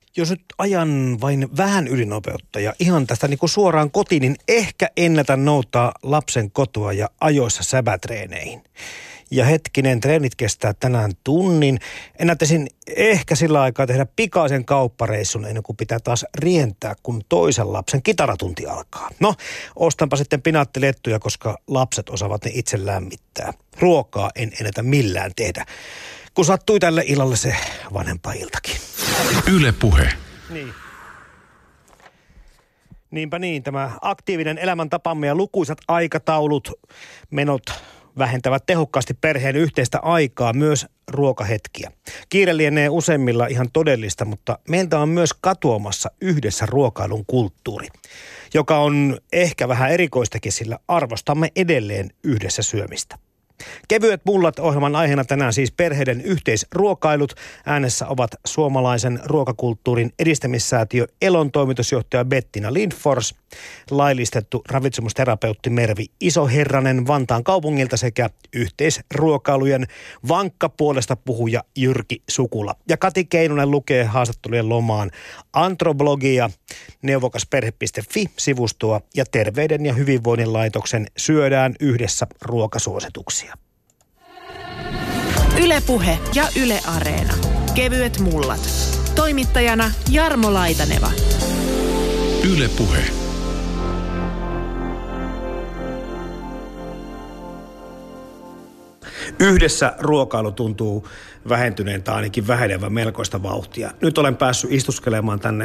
Jos nyt ajan vain vähän ylinopeutta ja ihan tästä niin kuin suoraan kotiin, niin ehkä ennätän noutaa lapsen kotoa ja ajoissa säbätreeneihin. Ja hetkinen, treenit kestää tänään tunnin. Ennättäisin ehkä sillä aikaa tehdä pikaisen kauppareissun ennen kuin pitää taas rientää, kun toisen lapsen kitaratunti alkaa. No, ostanpa sitten pinaattilettuja, koska lapset osaavat ne itse lämmittää. Ruokaa en ennätä millään tehdä, kun sattui tälle illalle se vanhempailtakin. Yle Puhe. Niin. Niinpä niin, tämä aktiivinen elämäntapamme ja lukuisat aikataulut, menot vähentävät tehokkaasti perheen yhteistä aikaa, myös ruokahetkiä. Kiire lienee useimmilla ihan todellista, mutta meiltä on myös katoamassa yhdessä ruokailun kulttuuri, joka on ehkä vähän erikoistakin, sillä arvostamme edelleen yhdessä syömistä. Kevyet mullat -ohjelman aiheena tänään siis perheiden yhteisruokailut. Äänessä ovat suomalaisen ruokakulttuurin edistämissäätiö Elon toimitusjohtaja Bettina Lindfors, laillistettu ravitsemusterapeutti Mervi Isoherranen Vantaan kaupungilta sekä yhteisruokailujen vankka puolesta puhuja Jyrki Sukula. Ja Kati Keinonen lukee haastattelujen lomaan Antroblogia, neuvokasperhe.fi-sivustoa ja Terveyden ja hyvinvoinnin laitoksen Syödään yhdessä -ruokasuosituksia. Yle Puhe ja Yle Areena. Kevyet mullat. Toimittajana Jarmo Laitaneva. Yle Puhe. Yhdessä ruokailu tuntuu vähentyneen tai ainakin vähenevän melkoista vauhtia. Nyt olen päässyt istuskelemaan tänne.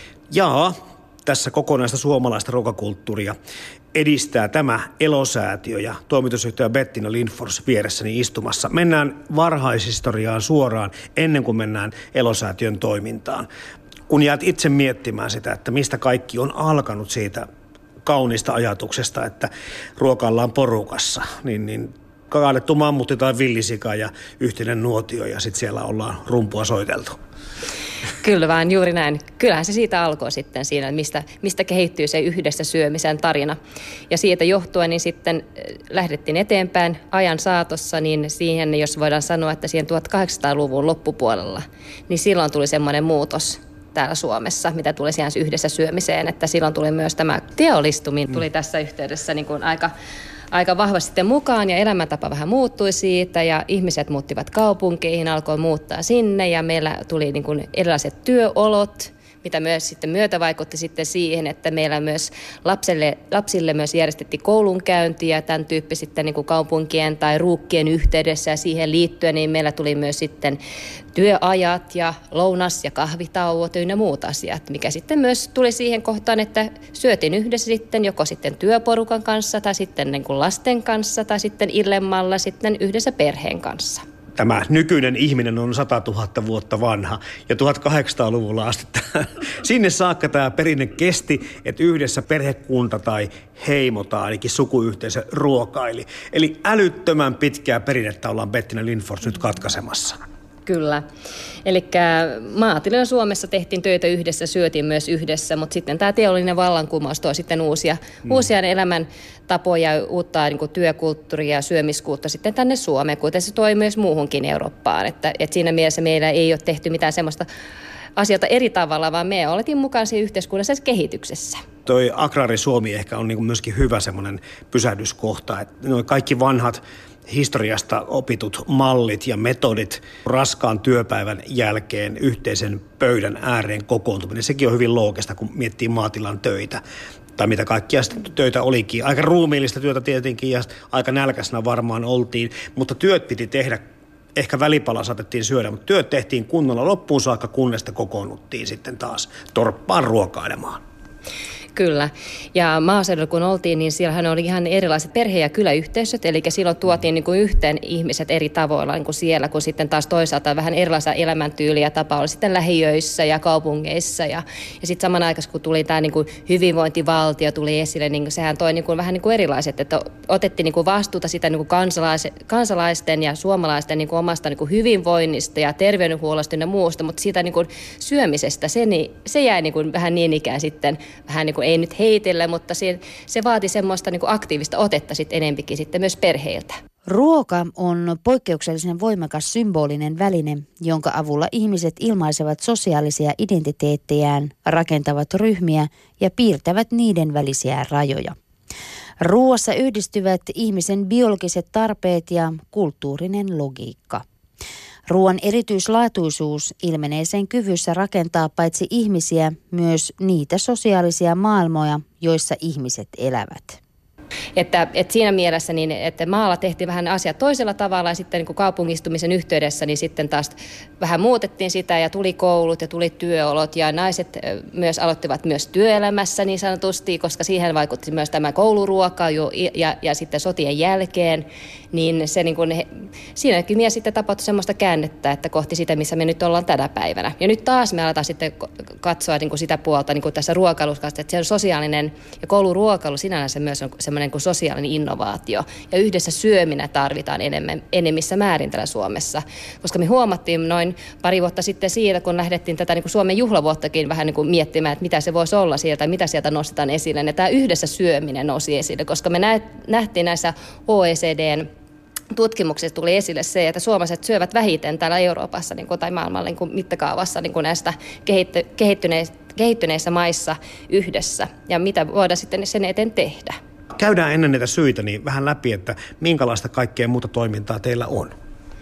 Tässä kokonaista suomalaista ruokakulttuuria edistää tämä Elosäätiö ja toimitusjohtaja Bettina Lindfors vieressäni istumassa. Mennään varhaishistoriaan suoraan ennen kuin mennään Elosäätiön toimintaan. Kun jäät itse miettimään sitä, että mistä kaikki on alkanut siitä kauniista ajatuksesta, että ruokaillaan porukassa, niin kaadettu mammutti tai villisika ja yhteinen nuotio ja sitten siellä ollaan rumpua soiteltu. Kyllä vaan, juuri näin. Kyllähän se siitä alkoi sitten siinä, mistä kehittyy se yhdessä syömisen tarina. Ja siitä johtuen niin sitten lähdettiin eteenpäin ajan saatossa, niin siihen, jos voidaan sanoa, että siihen 1800-luvun loppupuolella, niin silloin tuli semmoinen muutos täällä Suomessa, mitä tuli siihen yhdessä syömiseen, että silloin tuli myös tämä teollistuminen, tuli tässä yhteydessä niin kuin aika vahvasti sitten mukaan ja elämäntapa vähän muuttui siitä ja ihmiset muuttivat kaupunkeihin, alkoi muuttaa sinne ja meillä tuli niin kuin erilaiset työolot, mitä myös sitten myötä vaikutti sitten siihen, että meillä myös lapsille myös järjestettiin koulunkäyntiä tämän tyyppi sitten niin kuin kaupunkien tai ruuhkien yhteydessä ja siihen liittyen niin meillä tuli myös sitten työajat ja lounas- ja kahvitauot ynnä muut asiat, mikä sitten myös tuli siihen kohtaan, että syötiin yhdessä sitten joko sitten työporukan kanssa tai sitten niin kuin lasten kanssa tai sitten illemmalla sitten yhdessä perheen kanssa. Tämä nykyinen ihminen on 100 000 vuotta vanha ja 1800-luvulla asti sinne saakka tämä perinne kesti, että yhdessä perhekunta tai heimo tai ainakin sukuyhteisö ruokaili. Eli älyttömän pitkää perinnettä ollaan Bettina Lindfors nyt katkaisemassa. Kyllä. Eli maatilojen Suomessa tehtiin töitä yhdessä, syötiin myös yhdessä, mutta sitten tämä teollinen vallankumous toi sitten uusia elämäntapoja, uutta niin kuin työkulttuuria ja syömiskulttuuria sitten tänne Suomeen, kuten se toi myös muuhunkin Eurooppaan. Että siinä mielessä meillä ei ole tehty mitään semmoista asioita eri tavalla, vaan me oltiin mukana siinä yhteiskunnallisessa kehityksessä. Toi agraari-Suomi ehkä on niin kuin myöskin hyvä semmoinen pysähdyskohta, että nuo kaikki vanhat historiasta opitut mallit ja metodit raskaan työpäivän jälkeen yhteisen pöydän ääreen kokoontuminen. Sekin on hyvin loogista, kun miettii maatilan töitä. Tai mitä kaikkia töitä olikin. Aika ruumiillista työtä tietenkin ja aika nälkäisenä varmaan oltiin, mutta työt piti tehdä. Ehkä välipala saatettiin syödä, mutta työt tehtiin kunnolla loppuun saakka, kunnes kokoonnuttiin sitten taas torppaan ruokailemaan. Kyllä. Ja maaseudulla kun oltiin, niin siellähän oli ihan erilaiset perhe- ja kyläyhteisöt, eli silloin tuotiin niin kuin yhteen ihmiset eri tavoilla niin kuin siellä, kun sitten taas toisaalta vähän erilaisia elämäntyyliä ja tapa oli sitten lähiöissä ja kaupungeissa. Ja sitten samanaikaisesti, kun tuli tämä niin kuin hyvinvointivaltio tuli esille, niin sehän toi niin kuin vähän niin kuin erilaiset, että otettiin niin kuin vastuuta sitä niin kuin kansalaisten ja suomalaisten niin kuin omasta niin kuin hyvinvoinnista ja terveydenhuollosta ja muusta, mutta siitä niin kuin syömisestä se jäi niin kuin vähän niin ikään sitten vähän niin kuin ei nyt heitellä, mutta se vaati semmoista niin kuin aktiivista otetta sitten enempikin sitten myös perheiltä. Ruoka on poikkeuksellisen voimakas symbolinen väline, jonka avulla ihmiset ilmaisevat sosiaalisia identiteettejään, rakentavat ryhmiä ja piirtävät niiden välisiä rajoja. Ruoassa yhdistyvät ihmisen biologiset tarpeet ja kulttuurinen logiikka. Ruoan erityislaatuisuus ilmenee sen kyvyssä rakentaa paitsi ihmisiä, myös niitä sosiaalisia maailmoja, joissa ihmiset elävät. Että siinä mielessä, niin, että maalla tehtiin vähän asiat toisella tavalla ja sitten niin kuin kaupungistumisen yhteydessä, niin sitten taas vähän muutettiin sitä ja tuli koulut ja tuli työolot ja naiset myös aloittivat myös työelämässä niin sanotusti, koska siihen vaikutti myös tämä kouluruoka ja sitten sotien jälkeen, niin se niin kuin, siinäkin mies sitten tapahtui semmoista käännettä, että kohti sitä, missä me nyt ollaan tänä päivänä. Ja nyt taas me aletaan sitten katsoa niin kuin sitä puolta niin kuin tässä ruokailussa, että se on sosiaalinen ja kouluruokailu sinänsä myös on semmoinen kuin sosiaalinen innovaatio. Ja yhdessä syöminen tarvitaan enemmissä määrin täällä Suomessa. Koska me huomattiin noin pari vuotta sitten siitä, kun lähdettiin tätä niin kuin Suomen juhlavuottakin vähän niin kuin miettimään, että mitä se voisi olla sieltä, mitä sieltä nostetaan esille. Ja tämä yhdessä syöminen nousi esille, koska me nähtiin näissä OECDn tutkimuksessa tuli esille se, että suomalaiset syövät vähiten täällä Euroopassa niin kuin, tai maailman niin kuin mittakaavassa niin kuin näistä kehittyneissä maissa yhdessä. Ja mitä voidaan sitten sen eteen tehdä. Käydään ennen näitä syitä niin vähän läpi, että minkälaista kaikkea muuta toimintaa teillä on?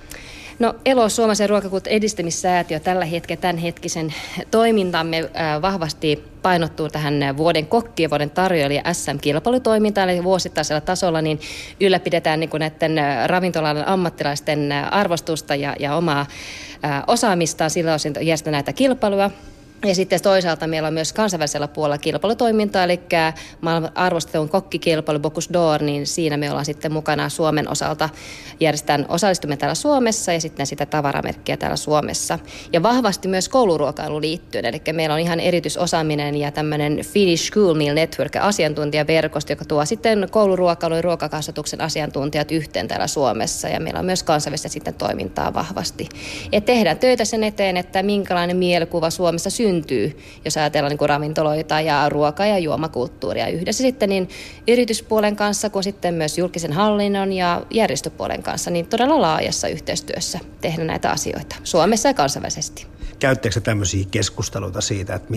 No ELO, Suomalaisen ruokakulttuurin edistämissäätiö, tämänhetkisen toimintamme vahvasti painottuu tähän vuoden kokki ja vuoden tarjoilija SM-kilpailutoimintaan, eli vuosittaisella tasolla niin ylläpidetään niin kuin näiden ravintola-alan ammattilaisten arvostusta ja omaa osaamistaan, sillä osin järjestetään näitä kilpailuja. Ja sitten toisaalta meillä on myös kansainvälisellä puolella kilpailutoimintaa, eli maailman arvostetun kokkikilpailu Bocuse d'Or, niin siinä me ollaan sitten mukana Suomen osalta. Järjestetään osallistumme täällä Suomessa ja sitten sitä tavaramerkkiä täällä Suomessa. Ja vahvasti myös kouluruokailuun liittyen, eli meillä on ihan erityisosaaminen ja tämmöinen Finnish School Meal Network asiantuntijaverkosto, joka tuo sitten kouluruokailun ja ruokakasvatuksen asiantuntijat yhteen täällä Suomessa. Ja meillä on myös kansainvälistä sitten toimintaa vahvasti. Ja tehdään töitä sen eteen, että minkälainen mielikuva Suomessa syntyy, jos ajatellaan niin kuin ravintoloita ja ruoka- ja juomakulttuuria yhdessä sitten niin yrityspuolen kanssa kuin sitten myös julkisen hallinnon ja järjestöpuolen kanssa, niin todella laajassa yhteistyössä tehdä näitä asioita Suomessa ja kansainvälisesti. Käyttekö tämmöisiä keskusteluita siitä, että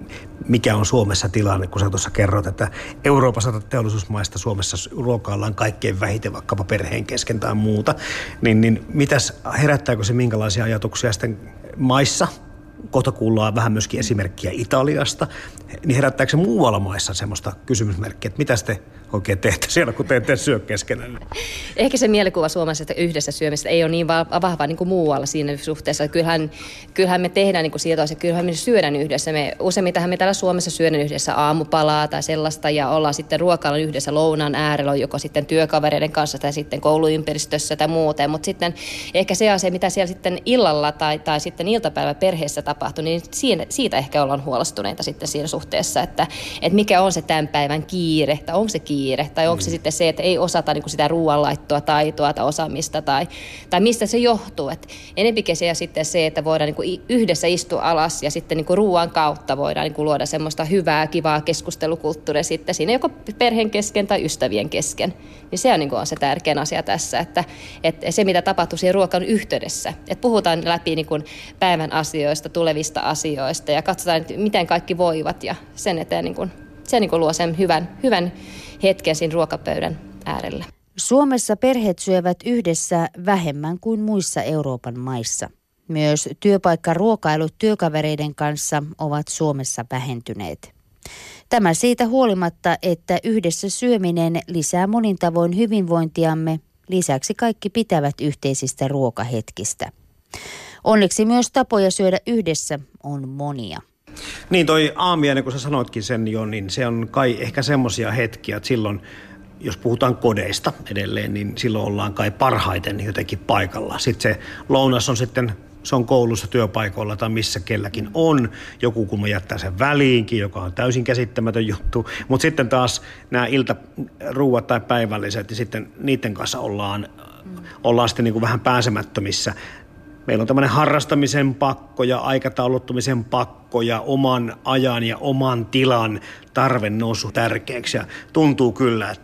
mikä on Suomessa tilanne, kun sä tuossa kerrot, että Euroopassa teollisuusmaista Suomessa ruokaillaan kaikkein vähiten vaikkapa perheen kesken tai muuta, niin herättääkö se minkälaisia ajatuksia sitten maissa? Kohta kuullaan vähän myöskin esimerkkiä Italiasta, niin herättääkö se muualla maissa semmoista kysymysmerkkiä, että mitä te oikein teette siellä, kun te ette syö keskenään? Ehkä se mielikuva suomalaisesta yhdessä syömistä ei ole niin vahva niin kuin muualla siinä suhteessa. Kyllähän me tehdään niin kuin sietoisia, kyllähän me syödään yhdessä. Useimmitenhan me täällä Suomessa syödään yhdessä aamupalaa tai sellaista ja ollaan sitten ruokailun yhdessä lounaan äärellä, joko sitten työkavereiden kanssa tai sitten kouluympäristössä tai muuten. Mutta sitten ehkä se asia, mitä siellä sitten illalla tai sitten iltapäivä perheessä tapahtuu, niin siitä ehkä ollaan huolestuneita sitten siinä suhteessa, että mikä on se tämän päivän kiire, tai onko se kiire, tai onko se sitten se, että ei osata niin kuin sitä ruoanlaittoa, taitoa tai osaamista, tai mistä se johtuu. Et enempikin se ja sitten se, että voidaan niin kuin yhdessä istua alas, ja sitten niin kuin ruoan kautta voidaan niin kuin luoda semmoista hyvää, kivaa keskustelukulttuuria sitten siinä joko perheen kesken tai ystävien kesken. Niin se on, niin kuin on se tärkein asia tässä, että se mitä tapahtuu siinä ruokan yhteydessä, että puhutaan läpi niin kuin päivän asioista, tulevista asioista ja katsotaan, miten kaikki voivat ja sen eteen se luo sen hyvän hetken siinä ruokapöydän äärellä. Suomessa perheet syövät yhdessä vähemmän kuin muissa Euroopan maissa. Myös työpaikkaruokailut työkavereiden kanssa ovat Suomessa vähentyneet. Tämä siitä huolimatta, että yhdessä syöminen lisää monin tavoin hyvinvointiamme, lisäksi kaikki pitävät yhteisistä ruokahetkistä. Onneksi myös tapoja syödä yhdessä on monia. Niin toi aamiainen, kun sä sanoitkin sen jo, niin se on kai ehkä semmoisia hetkiä, että silloin, jos puhutaan kodeista edelleen, niin silloin ollaan kai parhaiten jotenkin paikalla. Sitten se lounas on sitten, se on koulussa, työpaikoilla tai missä kelläkin on. Joku kun jättää sen väliinkin, joka on täysin käsittämätön juttu. Mutta sitten taas nämä iltaruuat tai päivälliset, niin sitten niiden kanssa ollaan sitten niin kuin vähän pääsemättömissä. Meillä on tämmöinen harrastamisen pakko ja aikatauluttumisen pakko ja oman ajan ja oman tilan tarve noussut tärkeäksi. Ja tuntuu kyllä, että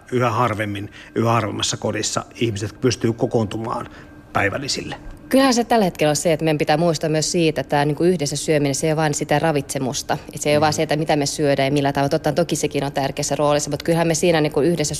yhä harvemmassa kodissa ihmiset pystyy kokoontumaan päivällisille? Kyllähän se tällä hetkellä on se, että meidän pitää muistaa myös siitä, että tämä niin kuin yhdessä syöminen, se ei ole vain sitä ravitsemusta. Että se ei ole vain se, että mitä me syödään ja millä tavalla. Toki sekin on tärkeässä roolissa, mutta kyllähän me siinä niin kuin yhdessä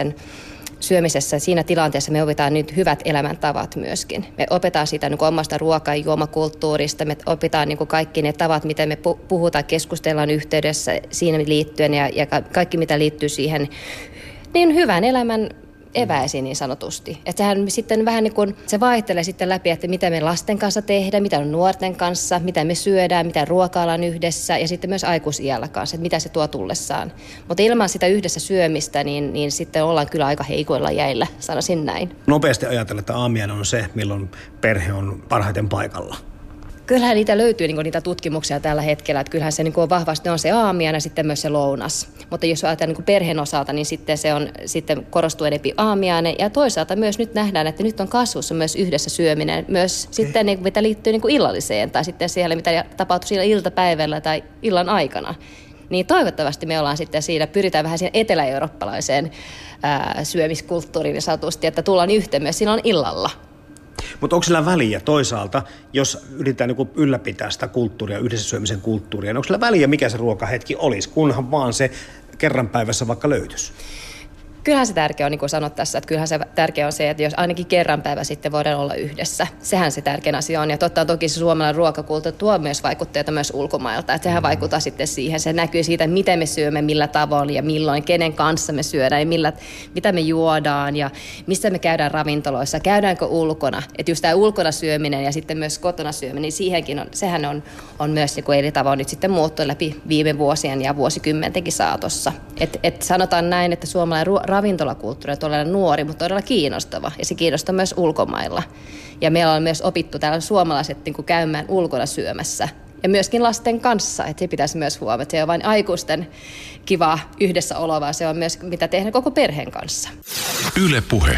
syömisessä, siinä tilanteessa me opitaan nyt hyvät elämäntavat myöskin. Me opetaan siitä niin kuin omasta ruoka- ja juomakulttuurista, me opitaan niin kuin kaikki ne tavat, miten me puhutaan, keskustellaan yhteydessä siinä liittyen ja kaikki mitä liittyy siihen niin hyvän elämän eväisiin niin sanotusti. Että sehän sitten vähän niin kuin, se vaihtelee sitten läpi, että mitä me lasten kanssa tehdään, mitä on nuorten kanssa, mitä me syödään, mitä ruokaillaan yhdessä ja sitten myös aikuisiällä kanssa, että mitä se tuo tullessaan. Mutta ilman sitä yhdessä syömistä, niin sitten ollaan kyllä aika heikoilla jäillä, sanoisin näin. Nopeasti ajatella, että aamiainen on se, milloin perhe on parhaiten paikalla. Kyllähän niitä löytyy niitä tutkimuksia tällä hetkellä, että kyllähän se on vahvasti on se aamiainen ja sitten myös se lounas. Mutta jos ajatellaan perheen osalta, niin sitten korostuu enemmän aamiainen ja toisaalta myös nyt nähdään, että nyt on kasvussa myös yhdessä syöminen, myös sitten mitä liittyy illalliseen tai sitten siellä, mitä tapahtuu siellä iltapäivällä tai illan aikana. Niin toivottavasti me ollaan sitten siinä, pyritään vähän siihen etelä-eurooppalaiseen syömiskulttuuriin satusti, että tullaan yhteen myös silloin illalla. Mutta onko sillä väliä toisaalta, jos yritetään niin ylläpitää sitä kulttuuria, yhdessä syömisen kulttuuria, niin onko sillä väliä, mikä se ruokahetki olisi, kunhan vaan se kerran päivässä vaikka löytyisi? Kyllähän se tärkeä on, niin kuin sanot tässä, että kyllähän se tärkeä on se, että jos ainakin kerran päivä sitten voidaan olla yhdessä. Sehän se tärkein asia on. Ja toki se suomalainen ruokakulttuuri tuo myös vaikutteita myös ulkomailta. Että sehän vaikuttaa sitten siihen. Se näkyy siitä, miten me syömme, millä tavalla ja milloin, kenen kanssa me syödään ja mitä me juodaan ja missä me käydään ravintoloissa. Käydäänkö ulkona. Että just tämä ulkona syöminen ja sitten myös kotona syöminen, niin sehän on myös niin eri tavoin nyt sitten muuttunut läpi viime vuosien ja vuosikymmentenkin saatossa. Et sanotaan näin, että suomalainen ravintolakulttuuri on todella nuori, mutta todella kiinnostava. Ja se kiinnostaa myös ulkomailla. Ja meillä on myös opittu täällä suomalaiset niin käymään ulkona syömässä. Ja myöskin lasten kanssa, että se pitäisi myös huomata. Se on vain aikuisten kiva yhdessä olo, vaan se on myös mitä tehdä koko perheen kanssa. Yle Puhe.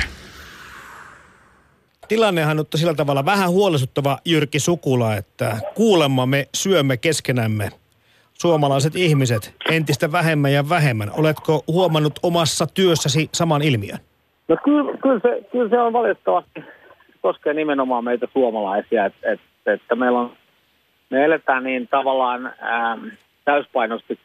Tilannehan on sillä tavalla vähän huolestuttava, Jyrki Sukula, että kuulemma me syömme keskenämme. Suomalaiset ihmiset entistä vähemmän ja vähemmän. Oletko huomannut omassa työssäsi saman ilmiön? No kyllä se on valitettavasti, koskee nimenomaan meitä suomalaisia, että me eletään niin tavallaan täyspainoisesti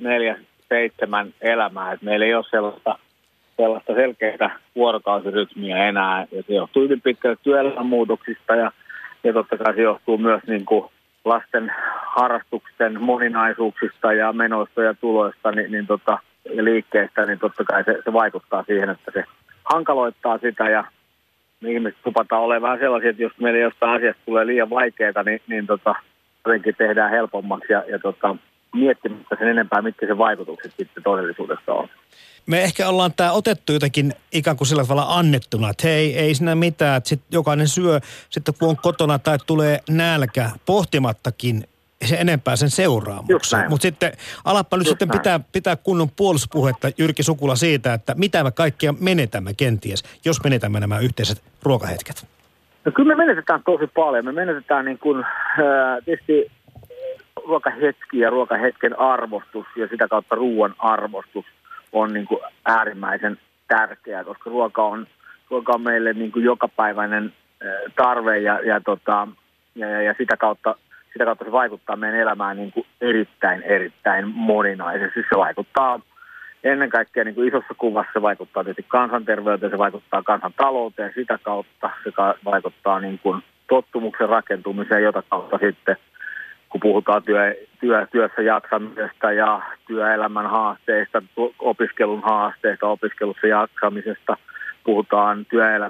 24/7 elämää, että meillä ei ole sellaista selkeää vuorokausirytmiä enää, ja se johtuu hyvin pitkälle työelämän muutoksista, ja totta kai se johtuu myös niin kuin lasten harrastuksen moninaisuuksista ja menoista ja tuloista ja liikkeistä, niin totta kai se vaikuttaa siihen, että se hankaloittaa sitä ja ihmiset tupataan olemaan vähän sellaisia, että jos meillä jostain asiasta tulee liian vaikeaa, niin jotenkin tehdään helpommaksi ja miettimättä sen enempää, mitkä se vaikutukset sitten todellisuudessa on. Me ehkä ollaan tämä otettu jotenkin ikään kuin sillä tavalla annettuna, että hei, ei siinä mitään, että sitten jokainen syö sitten kun on kotona tai tulee nälkä pohtimattakin se enempää sen seuraamuksen. Mutta sitten alappa nyt sitten pitää kunnon puolustuspuhetta, Jyrki Sukula, siitä, että mitä me kaikkia menetämme kenties, jos menetämme nämä yhteiset ruokahetket. No kyllä me menetetään tosi paljon. Me menetetään niin kuin tietysti ruokahetki ja ruokahetken arvostus ja sitä kautta ruoan arvostus on niin kuin äärimmäisen tärkeää, koska ruoka on meille niin kuin jokapäiväinen tarve ja sitä kautta se vaikuttaa meidän elämään niin kuin erittäin moninaisesti. Se vaikuttaa ennen kaikkea niin kuin isossa kuvassa, se vaikuttaa tietysti kansanterveyteen, se vaikuttaa kansantalouteen, sitä kautta se vaikuttaa niin kuin tottumuksen rakentumiseen, jota kautta sitten kun puhutaan työssä jaksamisesta ja työelämän haasteista, opiskelun haasteista, opiskelussa jaksamisesta, puhutaan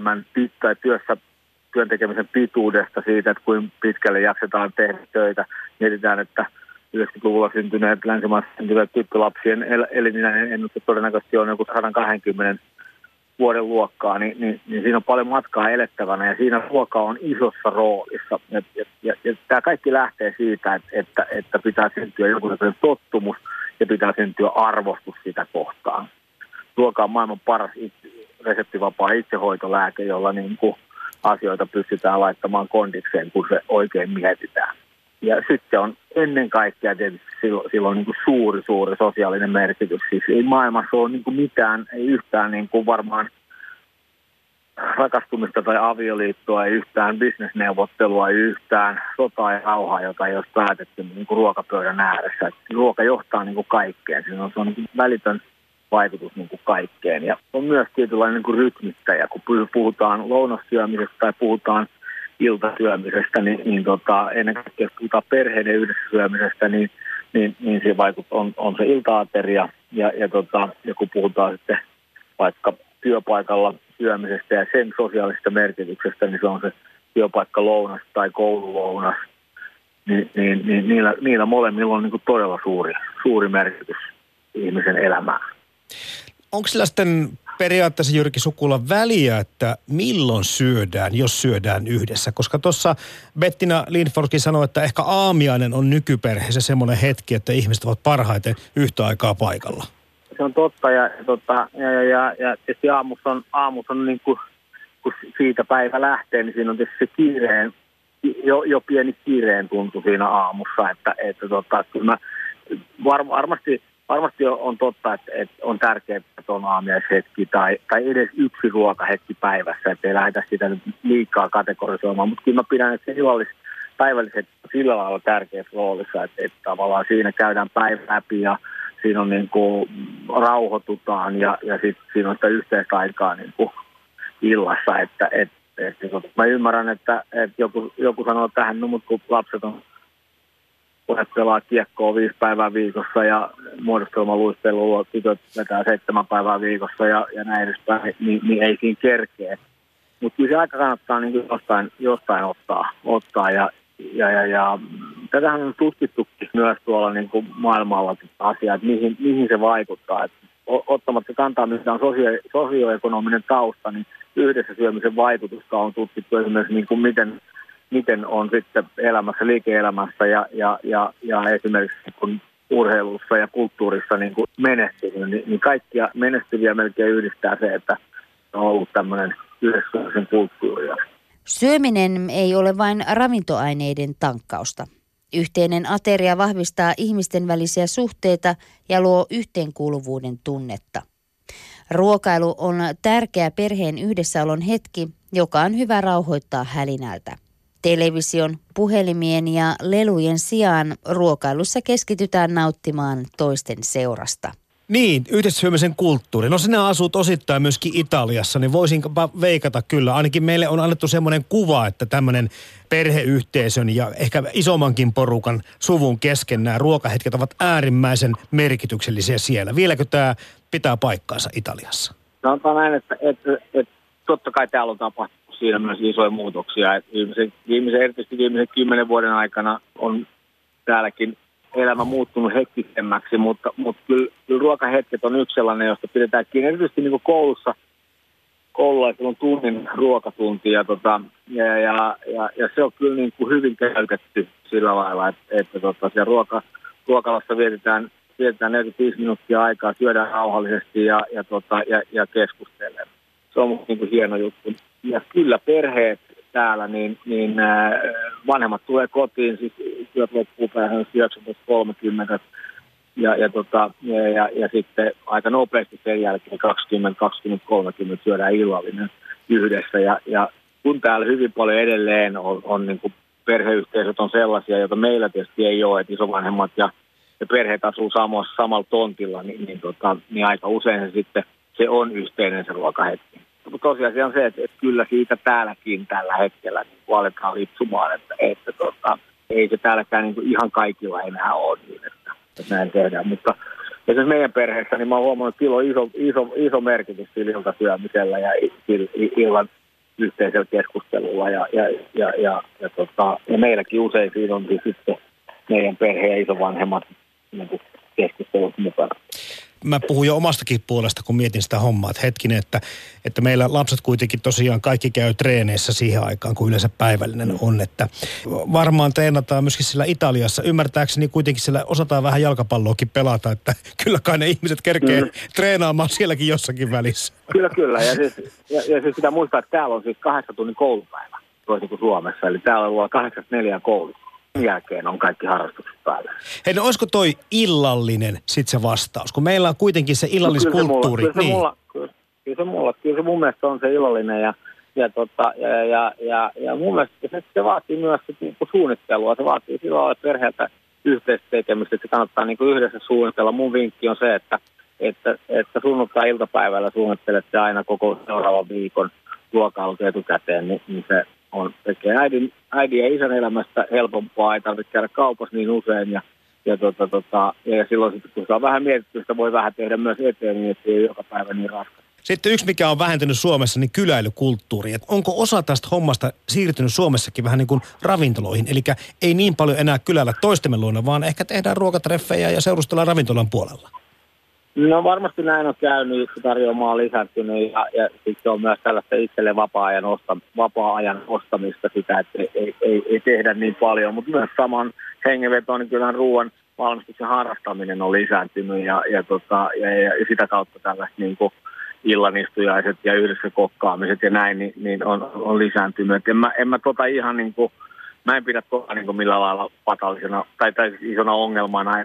työn tekemisen pituudesta, siitä, että kuinka pitkälle jaksetaan tehdä töitä. Mietitään, että 90-luvulla syntyneet länsimaissa syntyneet tyttölapsien elinikäinen ennuste todennäköisesti on joku 120 vuoden luokkaa, niin siinä on paljon matkaa elettävänä ja siinä ruoka on isossa roolissa. Ja tämä kaikki lähtee siitä, että pitää syntyä jonkunlainen tottumus ja pitää syntyä arvostus sitä kohtaan. Ruoka on maailman paras reseptivapaa itsehoitolääke, jolla niin kuin asioita pystytään laittamaan kondikseen, kun se oikein mietitään. Ja sitten on ennen kaikkea tietysti silloin niin kuin suuri sosiaalinen merkitys. Siis ei maailmassa ole niin kuin mitään, ei yhtään niin kuin varmaan rakastumista tai avioliittoa, ei yhtään bisnesneuvottelua, ei yhtään sotaa ja rauhaa, jota ei olisi päätetty niin kuin ruokapöydän ääressä. Ruoka johtaa niin kuin kaikkeen. Se on niin kuin välitön vaikutus niin kuin kaikkeen. Ja on myös tietynlainen niin kuin rytmittäjä, kun puhutaan lounassyömisestä tai puhutaan iltasyömisestä, niin ennen kaikkea jos puhutaan perheiden yhdessä syömisestä, niin se on se ilta-ateria. Ja kun puhutaan sitten vaikka työpaikalla syömisestä ja sen sosiaalisesta merkityksestä, niin se on se työpaikkalounas tai koululounas. Niin niillä molemmilla on niin kuin todella suuri merkitys ihmisen elämään. Onko sillä sitten periaatteessa, Jyrki Sukula, väliä, että milloin syödään, jos syödään yhdessä? Koska tuossa Bettina Lindforsskin sanoi, että ehkä aamiainen on nykyperheessä semmoinen hetki, että ihmiset ovat parhaiten yhtä aikaa paikalla. Se on totta ja tietysti aamussa on niin kuin, kun siitä päivä lähtee, niin siinä on tietysti se kiireen, jo pieni kiireen tuntu siinä aamussa, että kyllä mä varmasti on totta, että on tärkeää, että on aamiaishetki tai edes yksi ruokahetki päivässä, ettei lähdetä sitä nyt liikaa kategorisoimaan, mutta kyllä mä pidän, että se päivälliset sillä lailla tärkeässä roolissa, että tavallaan siinä käydään päivä läpi ja siinä on niin kuin rauhoitutaan ja sitten siinä on sitä yhteistä aikaa niin kuin illassa, että mä ymmärrän, että joku sanoo tähän, no mutta kun lapset on pelaa kiekkoa 5 päivää viikossa ja muodostelmaluistelua tytöt vetää 7 päivää viikossa ja näin edespäin, niin ei siinä kerkeä. Mutta kyllä se aika kannattaa niin jostain ottaa ja tätähän on tutkittukin myös tuolla niin kuin maailmalla asiaa, että mihin se vaikuttaa. Et ottamatta kantaa, mikä on sosioekonominen tausta, niin yhdessä syömisen vaikutusta on tutkittu esimerkiksi niin kuin miten on sitten elämässä, liike-elämässä ja esimerkiksi kun urheilussa ja kulttuurissa niin kuin menestynyt, niin kaikkia menestyviä melkein yhdistää se, että on ollut tämmöinen yhdessä kulttuuri. Syöminen ei ole vain ravintoaineiden tankkausta. Yhteinen ateria vahvistaa ihmisten välisiä suhteita ja luo yhteenkuuluvuuden tunnetta. Ruokailu on tärkeä perheen yhdessäolon hetki, joka on hyvä rauhoittaa hälinältä. Television, puhelimien ja lelujen sijaan ruokailussa keskitytään nauttimaan toisten seurasta. Niin, yhdessä syömisen kulttuuri. No sinä asut osittain myöskin Italiassa, niin voisinpa veikata kyllä. Ainakin meille on annettu semmoinen kuva, että tämmöinen perheyhteisön ja ehkä isommankin porukan suvun kesken nämä ruokahetket ovat äärimmäisen merkityksellisiä siellä. Vieläkö tämä pitää paikkaansa Italiassa? Sanotaan näin, että totta kai täällä on tapahtunut siinä myös isoja muutoksia. Erityisesti viimeisen 10 vuoden aikana on täälläkin elämä muuttunut hektisemmäksi, mutta kyllä ruokahetket on yksi sellainen, josta pidetään kiinni. Erityisesti niin kuin koululaisilla on tunnin ruokatunti ja se on kyllä niin kuin hyvin käytetty sillä lailla, että siellä ruokalassa vietetään 45 minuuttia aikaa, syödään rauhallisesti ja keskustellaan. Se on niin kuin hieno juttu. Ja kyllä perheet täällä, niin vanhemmat tulee kotiin, siis työt loppuu päähän 19.30 ja sitten aika nopeasti sen jälkeen 20-30 syödään illallinen yhdessä. Ja kun täällä hyvin paljon edelleen on niin kuin perheyhteisöt on sellaisia, joita meillä tietysti ei ole, että isovanhemmat ja perheet asuu samalla tontilla, niin aika usein se sitten se on yhteinen se ruokahetki. Mutta tosiasia on se, että kyllä siitä täälläkin tällä hetkellä niin aletaan lipsumaan, että ei se täälläkään niin kuin ihan kaikilla enää ole niin, että näin tehdään. Mutta esimerkiksi meidän perheessä, niin mä oon huomannut, että sillä on iso merkitys sillä iltasyömisellä ja illan yhteisellä keskustelulla. Ja meilläkin usein siinä on sitten meidän perhe ja isovanhemmat niin keskustelut mukana. Mä puhun jo omastakin puolesta, kun mietin sitä hommaa, että hetkinen, että meillä lapset kuitenkin tosiaan kaikki käy treeneissä siihen aikaan, kun yleensä päivällinen on, että varmaan treenataan myöskin siellä Italiassa. Ymmärtääkseni kuitenkin siellä osataan vähän jalkapalloakin pelata, että kyllä kai ne ihmiset kerkee treenaamaan sielläkin jossakin välissä. Kyllä. Ja siis pitää muistaa, että täällä on siis 8 tunnin koulupäivä, toisin kuin Suomessa. Eli täällä on 8-4 koulussa. sen jälkeen on kaikki harrastukset päällä. Hei, no olisiko toi illallinen sit se vastaus? Kun meillä on kuitenkin se illalliskulttuuri. Kyllä se mun mielestä on se illallinen ja mun mielestä se vaatii myös niinku suunnittelua. Se vaatii silloin olla perheeltä yhteistä tekemistä, että se kannattaa niinku yhdessä suunnitella. Mun vinkki on se, että sunnuntai-iltapäivällä suunnittelette aina koko seuraavan viikon ruokailut etukäteen, niin se tekee äidin ja isän elämästä helpompaa, ei tarvitse käydä kaupassa niin usein ja silloin sitten, kun sitä on vähän mietitty, sitä voi vähän tehdä myös eteen, niin ettei joka päivä niin raskas. Sitten yksi, mikä on vähentynyt Suomessa, niin kyläilykulttuuri. Et onko osa tästä hommasta siirtynyt Suomessakin vähän niin kuin ravintoloihin? Eli ei niin paljon enää kylällä toistemme luona, vaan ehkä tehdään ruokatreffejä ja seurustellaan ravintolan puolella. No varmasti näin on käynyt, kun tarjoamaa on lisääntynyt ja sitten on myös tällaista itselle vapaa-ajan ostamista sitä, että ei tehdä niin paljon, mutta myös saman hengenvetoon niin kyllä ruoan valmistuksen harrastaminen on lisääntynyt ja sitä kautta tällaiset niin kuin illanistujaiset ja yhdessä kokkaamiset ja näin niin on lisääntynyt. En mä ihan niin kuin, mä en pidä niin kuin millään lailla fatallisena tai isona ongelmana,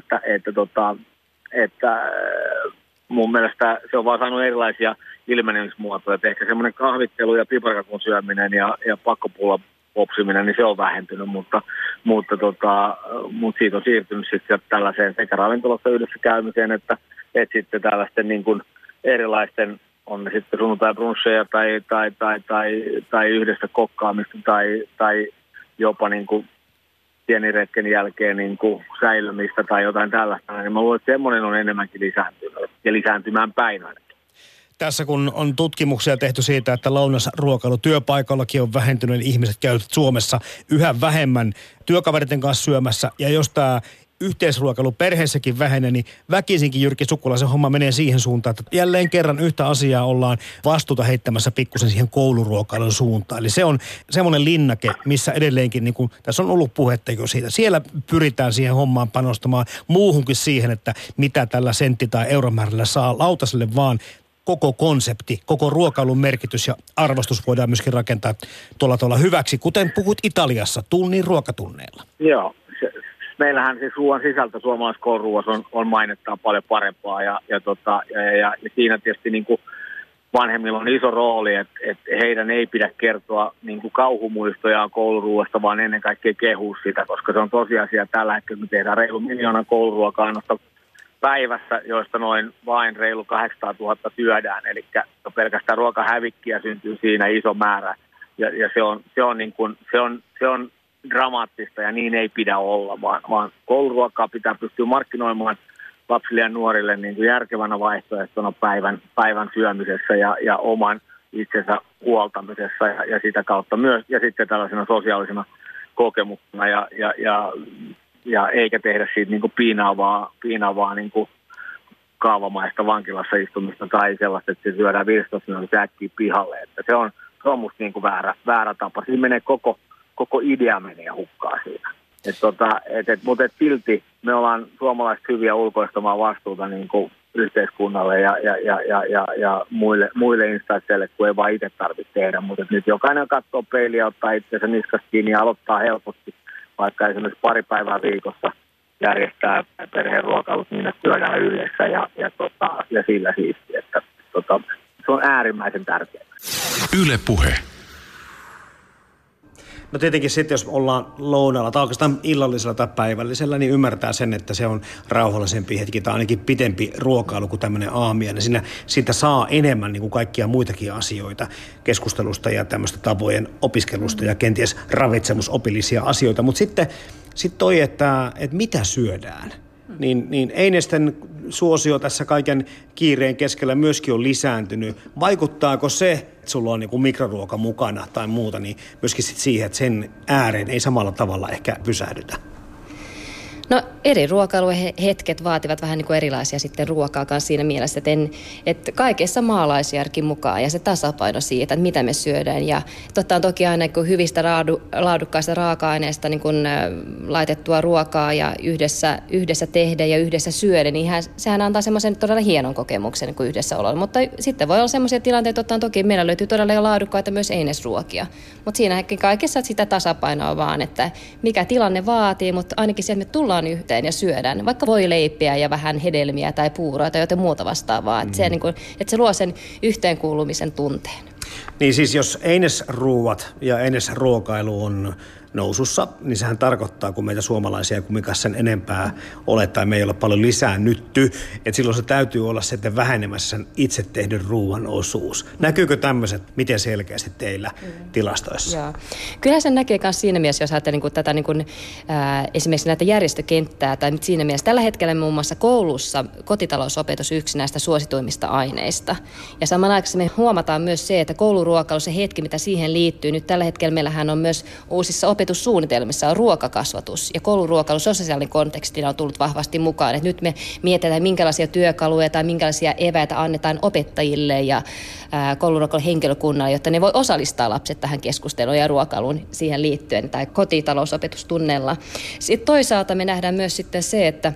että mun mielestä se on vaan saanut erilaisia ilmenemismuotoja. Että ehkä semmoinen kahvittelu ja piparkakun syöminen ja pakkopullan popsiminen, niin se on vähentynyt, mutta siitä on siirtynyt sitten tällaiseen sekä ravintolassa yhdessä käymiseen, että sitten tällaisten niin kuin erilaisten, on ne sitten sunnuntai-brunsseja tai yhdessä kokkaamista tai jopa niin kuin pieni retken jälkeen niin kuin säilymistä tai jotain tällaista, niin mä luulen, että semmoinen on enemmänkin lisääntynyt ja lisääntymään päin ainakin. Tässä kun on tutkimuksia tehty siitä, että lounasruokailu työpaikallakin on vähentynyt, niin ihmiset käyvät Suomessa yhä vähemmän työkaveriten kanssa syömässä. Ja jos tämä yhteisruokailu perheessäkin vähenee, niin väkisinkin Jyrki Sukkulaisen homma menee siihen suuntaan, että jälleen kerran yhtä asiaa ollaan vastuuta heittämässä pikkusen siihen kouluruokailun suuntaan. Eli se on semmoinen linnake, missä edelleenkin, niin kuin tässä on ollut puhetta jo siitä, siellä pyritään siihen hommaan panostamaan muuhunkin siihen, että mitä tällä sentti- tai euromäärällä saa lautaselle, vaan koko konsepti, koko ruokailun merkitys ja arvostus voidaan myöskin rakentaa tuolla hyväksi, kuten puhut Italiassa, tunnin ruokatunneilla. Joo. Meillähän siis ruoan sisältö suomalaisessa kouluruoassa on mainettaan paljon parempaa ja siinä tietysti niin kuin vanhemmilla on iso rooli, että heidän ei pidä kertoa niin kuin kauhumuistojaan kouluruoasta, vaan ennen kaikkea kehua sitä, koska se on tosiasia tällä hetkellä, me tehdään reilu 1 miljoonaa kouluruoka-annosta päivässä, joista vain reilu 800 000 syödään, eli pelkästään ruokahävikkiä syntyy siinä iso määrä ja se on dramaattista ja niin ei pidä olla, vaan kouluruokaa pitää pystyä markkinoimaan lapsille ja nuorille niin kuin järkevänä vaihtoehtona päivän syömisessä ja oman itsensä huoltamisessa ja sitä kautta myös ja sitten tällaisena sosiaalisena kokemuksena ja eikä tehdä siitä niin kuin piinaavaa niin kuin kaavamaista vankilassa istumista tai sellaista, että se syödään 15 minuuttia äkkiä pihalle, että se on musta niin kuin väärä tapa. Siinä menee koko idea menee hukkaan siinä. Mutta silti me ollaan suomalaiset hyviä ulkoistamaan vastuuta niin kuin yhteiskunnalle ja muille instansseille, kun ei vaan itse tarvitse tehdä. Mutta nyt jokainen katsoo peiliä, ottaa itseänsä niskasta kiinni ja aloittaa helposti, vaikka esimerkiksi 2 päivää viikossa järjestää perheen ruokailut niin, että syödään yhdessä ja sillä siistiä. Että se on äärimmäisen tärkeää. Yle Puhe. No tietenkin sitten, jos ollaan lounalla tai oikeastaan illallisella tai päivällisellä, niin ymmärtää sen, että se on rauhallisempi hetki tai ainakin pitempi ruokailu kuin tämmöinen aamiainen. Siitä saa enemmän niin kuin kaikkia muitakin asioita keskustelusta ja tämmöistä tapojen opiskelusta ja kenties ravitsemusopillisia asioita. Mutta sitten toi, että mitä syödään, niin Einesten suosio tässä kaiken kiireen keskellä myöskin on lisääntynyt. Vaikuttaako se, että sulla on niin kuin mikroruoka mukana tai muuta, niin myöskin sit siihen, että sen ääreen ei samalla tavalla ehkä pysähdytä? No eri ruokailuhetket vaativat vähän niin kuin erilaisia sitten ruokaa kanssa siinä mielessä, että kaikessa maalaisjärki mukaan ja se tasapaino siitä, että mitä me syödään. Ja totta on toki aina niin hyvistä laadukkaista raaka-aineista niin kuin laitettua ruokaa ja yhdessä tehdä ja yhdessä syödä, niin sehän antaa semmoisen todella hienon kokemuksen niin kuin yhdessä ololla. Mutta sitten voi olla semmoisia tilanteita, että toki meillä löytyy todella laadukkaita myös einesruokia. Mutta siinä kaikessa sitä tasapainoa vaan, että mikä tilanne vaatii, mutta ainakin se, että me tullaan yhteen ja syödään vaikka voileipiä ja vähän hedelmiä tai puuroa tai jotain muuta vastaavaa. Että se luo sen yhteenkuulumisen tunteen. Niin siis jos einesruuat ja einesruokailu on nousussa, niin sehän tarkoittaa, kun meitä suomalaisia kumminkaan sen enempää ole tai me ei ole paljon lisäännytty, että silloin se täytyy olla sitten vähenemässä sen itse tehdyn ruuan osuus. Näkyykö tämmöiset miten selkeästi teillä tilastoissa? Joo. Kyllähän sen näkee myös siinä mielessä, jos ajattelee tätä esimerkiksi näitä järjestökenttää, tai siinä mielessä tällä hetkellä muun muassa koulussa kotitalousopetus yksi näistä suosituimmista aineista. Ja samanaikaisesti me huomataan myös se, että kouluruokailu, se hetki, mitä siihen liittyy, nyt tällä hetkellä meillähän on myös uusissa opetussuunnitelmissa on ruokakasvatus ja kouluruokailu sosiaalinen kontekstina on tullut vahvasti mukaan. Et nyt me mietitään, minkälaisia työkaluja tai minkälaisia eväitä annetaan opettajille ja kouluruokailun henkilökunnalle, jotta ne voi osallistaa lapset tähän keskusteluun ja ruokailuun siihen liittyen tai kotitalousopetustunnella. Sitten toisaalta me nähdään myös sitten se, että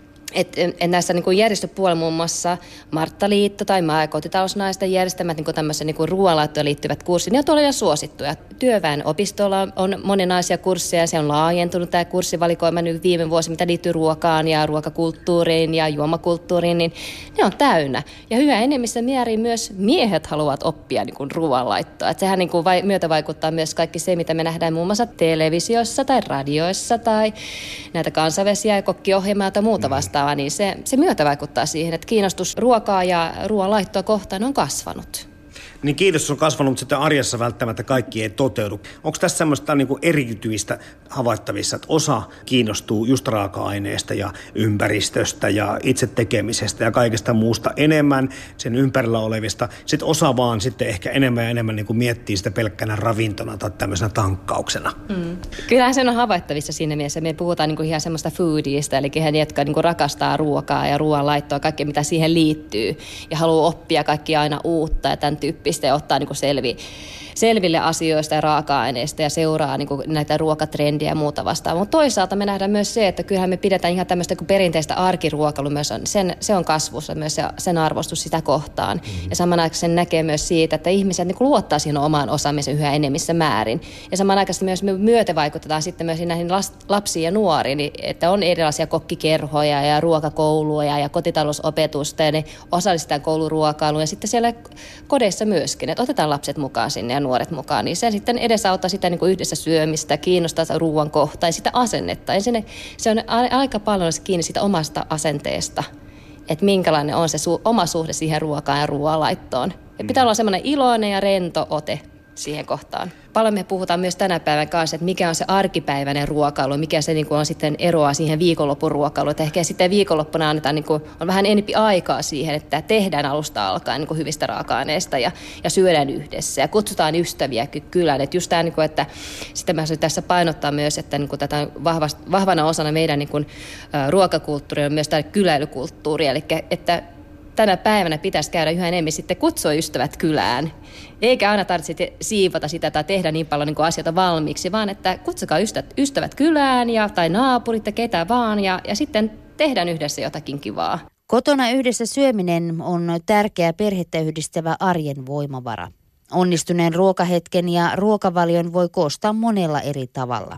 näissä niin kuin järjestöpuolella muun muassa Marttaliitto tai Maa- ja kotitalousnaisten järjestämät niin tämmöisen niin ruoanlaittoon liittyvät kurssit, ne on todella suosittuja. Työväenopistolla on monenlaisia kursseja, se on laajentunut tämä kurssivalikoima nyt viime vuosi, mitä liittyy ruokaan ja ruokakulttuuriin ja juomakulttuuriin, niin ne on täynnä. Ja hyvä enemmistö määrin myös miehet haluavat oppia niin kuin ruoanlaittoa. Että sehän niin kuin myötä vaikuttaa myös kaikki se, mitä me nähdään muun muassa televisiossa tai radioissa tai näitä kansainvälisiä ja kokkiohjelmia tai muuta vastaan. Niin se myötä vaikuttaa siihen, että kiinnostus ruokaa ja ruoanlaittoa kohtaan on kasvanut. Niin kiinnostus on kasvanut, mutta sitten arjessa välttämättä kaikki ei toteudu. Onko tässä semmoista niin kuin erityistä havaittavissa, että osa kiinnostuu just raaka-aineesta ja ympäristöstä ja itse tekemisestä ja kaikesta muusta enemmän sen ympärillä olevista. Sitten osa vaan sitten ehkä enemmän ja enemmän niin kuin miettii sitä pelkkänä ravintona tai tämmöisenä tankkauksena. Kyllähän se on havaittavissa siinä mielessä. Me puhutaan niin kuin ihan semmoista foodista, eli he, jotka niin kuin rakastaa ruokaa ja ruoanlaittoa, kaikkea mitä siihen liittyy ja haluaa oppia kaikki aina uutta ja tämän tyyppistä ja ottaa niin kuin selville asioista ja raaka-aineista ja seuraa niin kuin näitä ruokatrendejä ja muuta vastaan. Mutta toisaalta me nähdään myös se, että kyllähän me pidetään ihan tämmöistä kuin perinteistä arkiruokailua myös se on kasvussa myös sen arvostus sitä kohtaan. Ja samanaikaisesti sen näkee myös siitä, että ihmiset niin kuin luottaa siihen omaan osaamiseen yhä enemmissä määrin. Ja samanaikaisesti myös me myötävaikutetaan sitten myös näihin lapsiin ja nuoriin, niin että on erilaisia kokkikerhoja ja ruokakouluja ja kotitalousopetusta ja ne osallistetaan kouluruokailuun ja sitten siellä kodeissa myöskin, että otetaan lapset mukaan sinne ja nuoret mukaan, niin se sitten edesauttaa sitä niin kuin yhdessä syömistä, kiinnostaa ruoan kohtaa ja sitä asennetta. Ja se on aika paljon kiinni siitä omasta asenteesta, että minkälainen on se oma suhde siihen ruokaan ja ruoanlaittoon. Ja pitää olla semmoinen iloinen ja rento ote siihen kohtaan. Paljon me puhutaan myös tänä päivän kanssa, että mikä on se arkipäiväinen ruokailu, mikä se niin kuin on sitten eroa siihen viikonlopun ruokailuun. Että ehkä sitten viikonloppuna annetaan, niin kuin, on vähän enempi aikaa siihen, että tehdään alusta alkaen niin kuin hyvistä raaka-aineista ja syödään yhdessä ja kutsutaan ystäviä kylään. Että just tämä, niin kuin, että sitten mä tässä painottaa myös, että niin kuin tätä vahvana osana meidän niin kuin, ruokakulttuuria on myös tämä kyläilykulttuuri, eli että tänä päivänä pitäisi käydä yhä enemmän sitten kutsua ystävät kylään. Eikä aina tarvitse siivota sitä tai tehdä niin paljon niin kuin asioita valmiiksi, vaan että kutsukaa ystävät kylään tai naapurit ja ketä vaan ja sitten tehdään yhdessä jotakin kivaa. Kotona yhdessä syöminen on tärkeä perhettä yhdistävä arjen voimavara. Onnistuneen ruokahetken ja ruokavalion voi koostaa monella eri tavalla.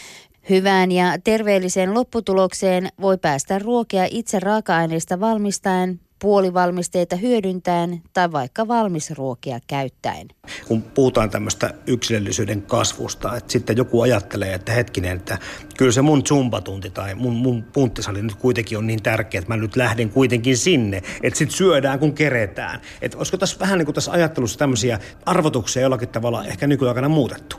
Hyvään ja terveelliseen lopputulokseen voi päästä ruokea itse raaka-aineista valmistaen, puolivalmisteita hyödyntäen tai vaikka valmisruokia käyttäen. Kun puhutaan tämmöistä yksilöllisyyden kasvusta, että sitten joku ajattelee, että hetkinen, että kyllä se mun zumbatunti tai mun punttisali nyt kuitenkin on niin tärkeä, että mä nyt lähden kuitenkin sinne, että sit syödään kun keretään. Että olisiko tässä vähän niin kuin tässä ajattelussa tämmöisiä arvotuksia jollakin tavalla ehkä nykyaikana muutettu?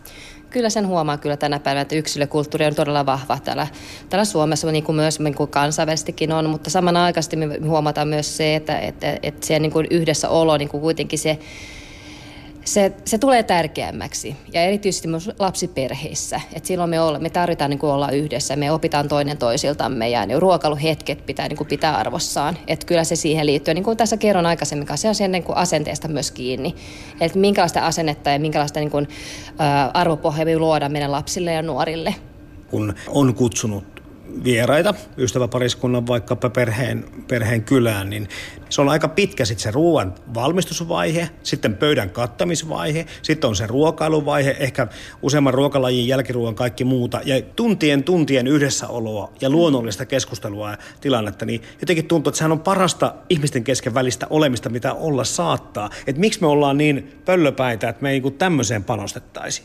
Kyllä sen huomaa kyllä tänä päivänä, että yksilökulttuuri on todella vahva täällä Suomessa, niin kuin myös niin kuin kansainvälisestikin on, mutta samanaikaisesti me huomataan myös se, että se niin kuin yhdessä olo, niin kuin kuitenkin Se tulee tärkeämmäksi ja erityisesti myös lapsiperheissä. Et silloin me tarvitaan niin kuin olla yhdessä, me opitaan toinen toisiltamme ja ne ruokailuhetket pitää niin kuin pitää arvossaan. Et kyllä se siihen liittyy, niin kuin tässä kerron aikaisemmin, se on sen niin kuin asenteesta myös kiinni. Et minkälaista asennetta ja minkälaista niin kuin, arvopohjaa me luodaan meidän lapsille ja nuorille. Kun on kutsunut vieraita, ystäväpariskunnan vaikkapa perheen kylään, niin se on aika pitkä sitten se ruoan valmistusvaihe, sitten pöydän kattamisvaihe, sitten on se ruokailuvaihe, ehkä useamman ruokalajin jälkiruoan kaikki muuta, ja tuntien yhdessäoloa ja luonnollista keskustelua ja tilannetta, niin jotenkin tuntuu, että sehän on parasta ihmisten kesken välistä olemista, mitä olla saattaa. Että miksi me ollaan niin pöllöpäitä, että me ei tämmöiseen panostettaisi?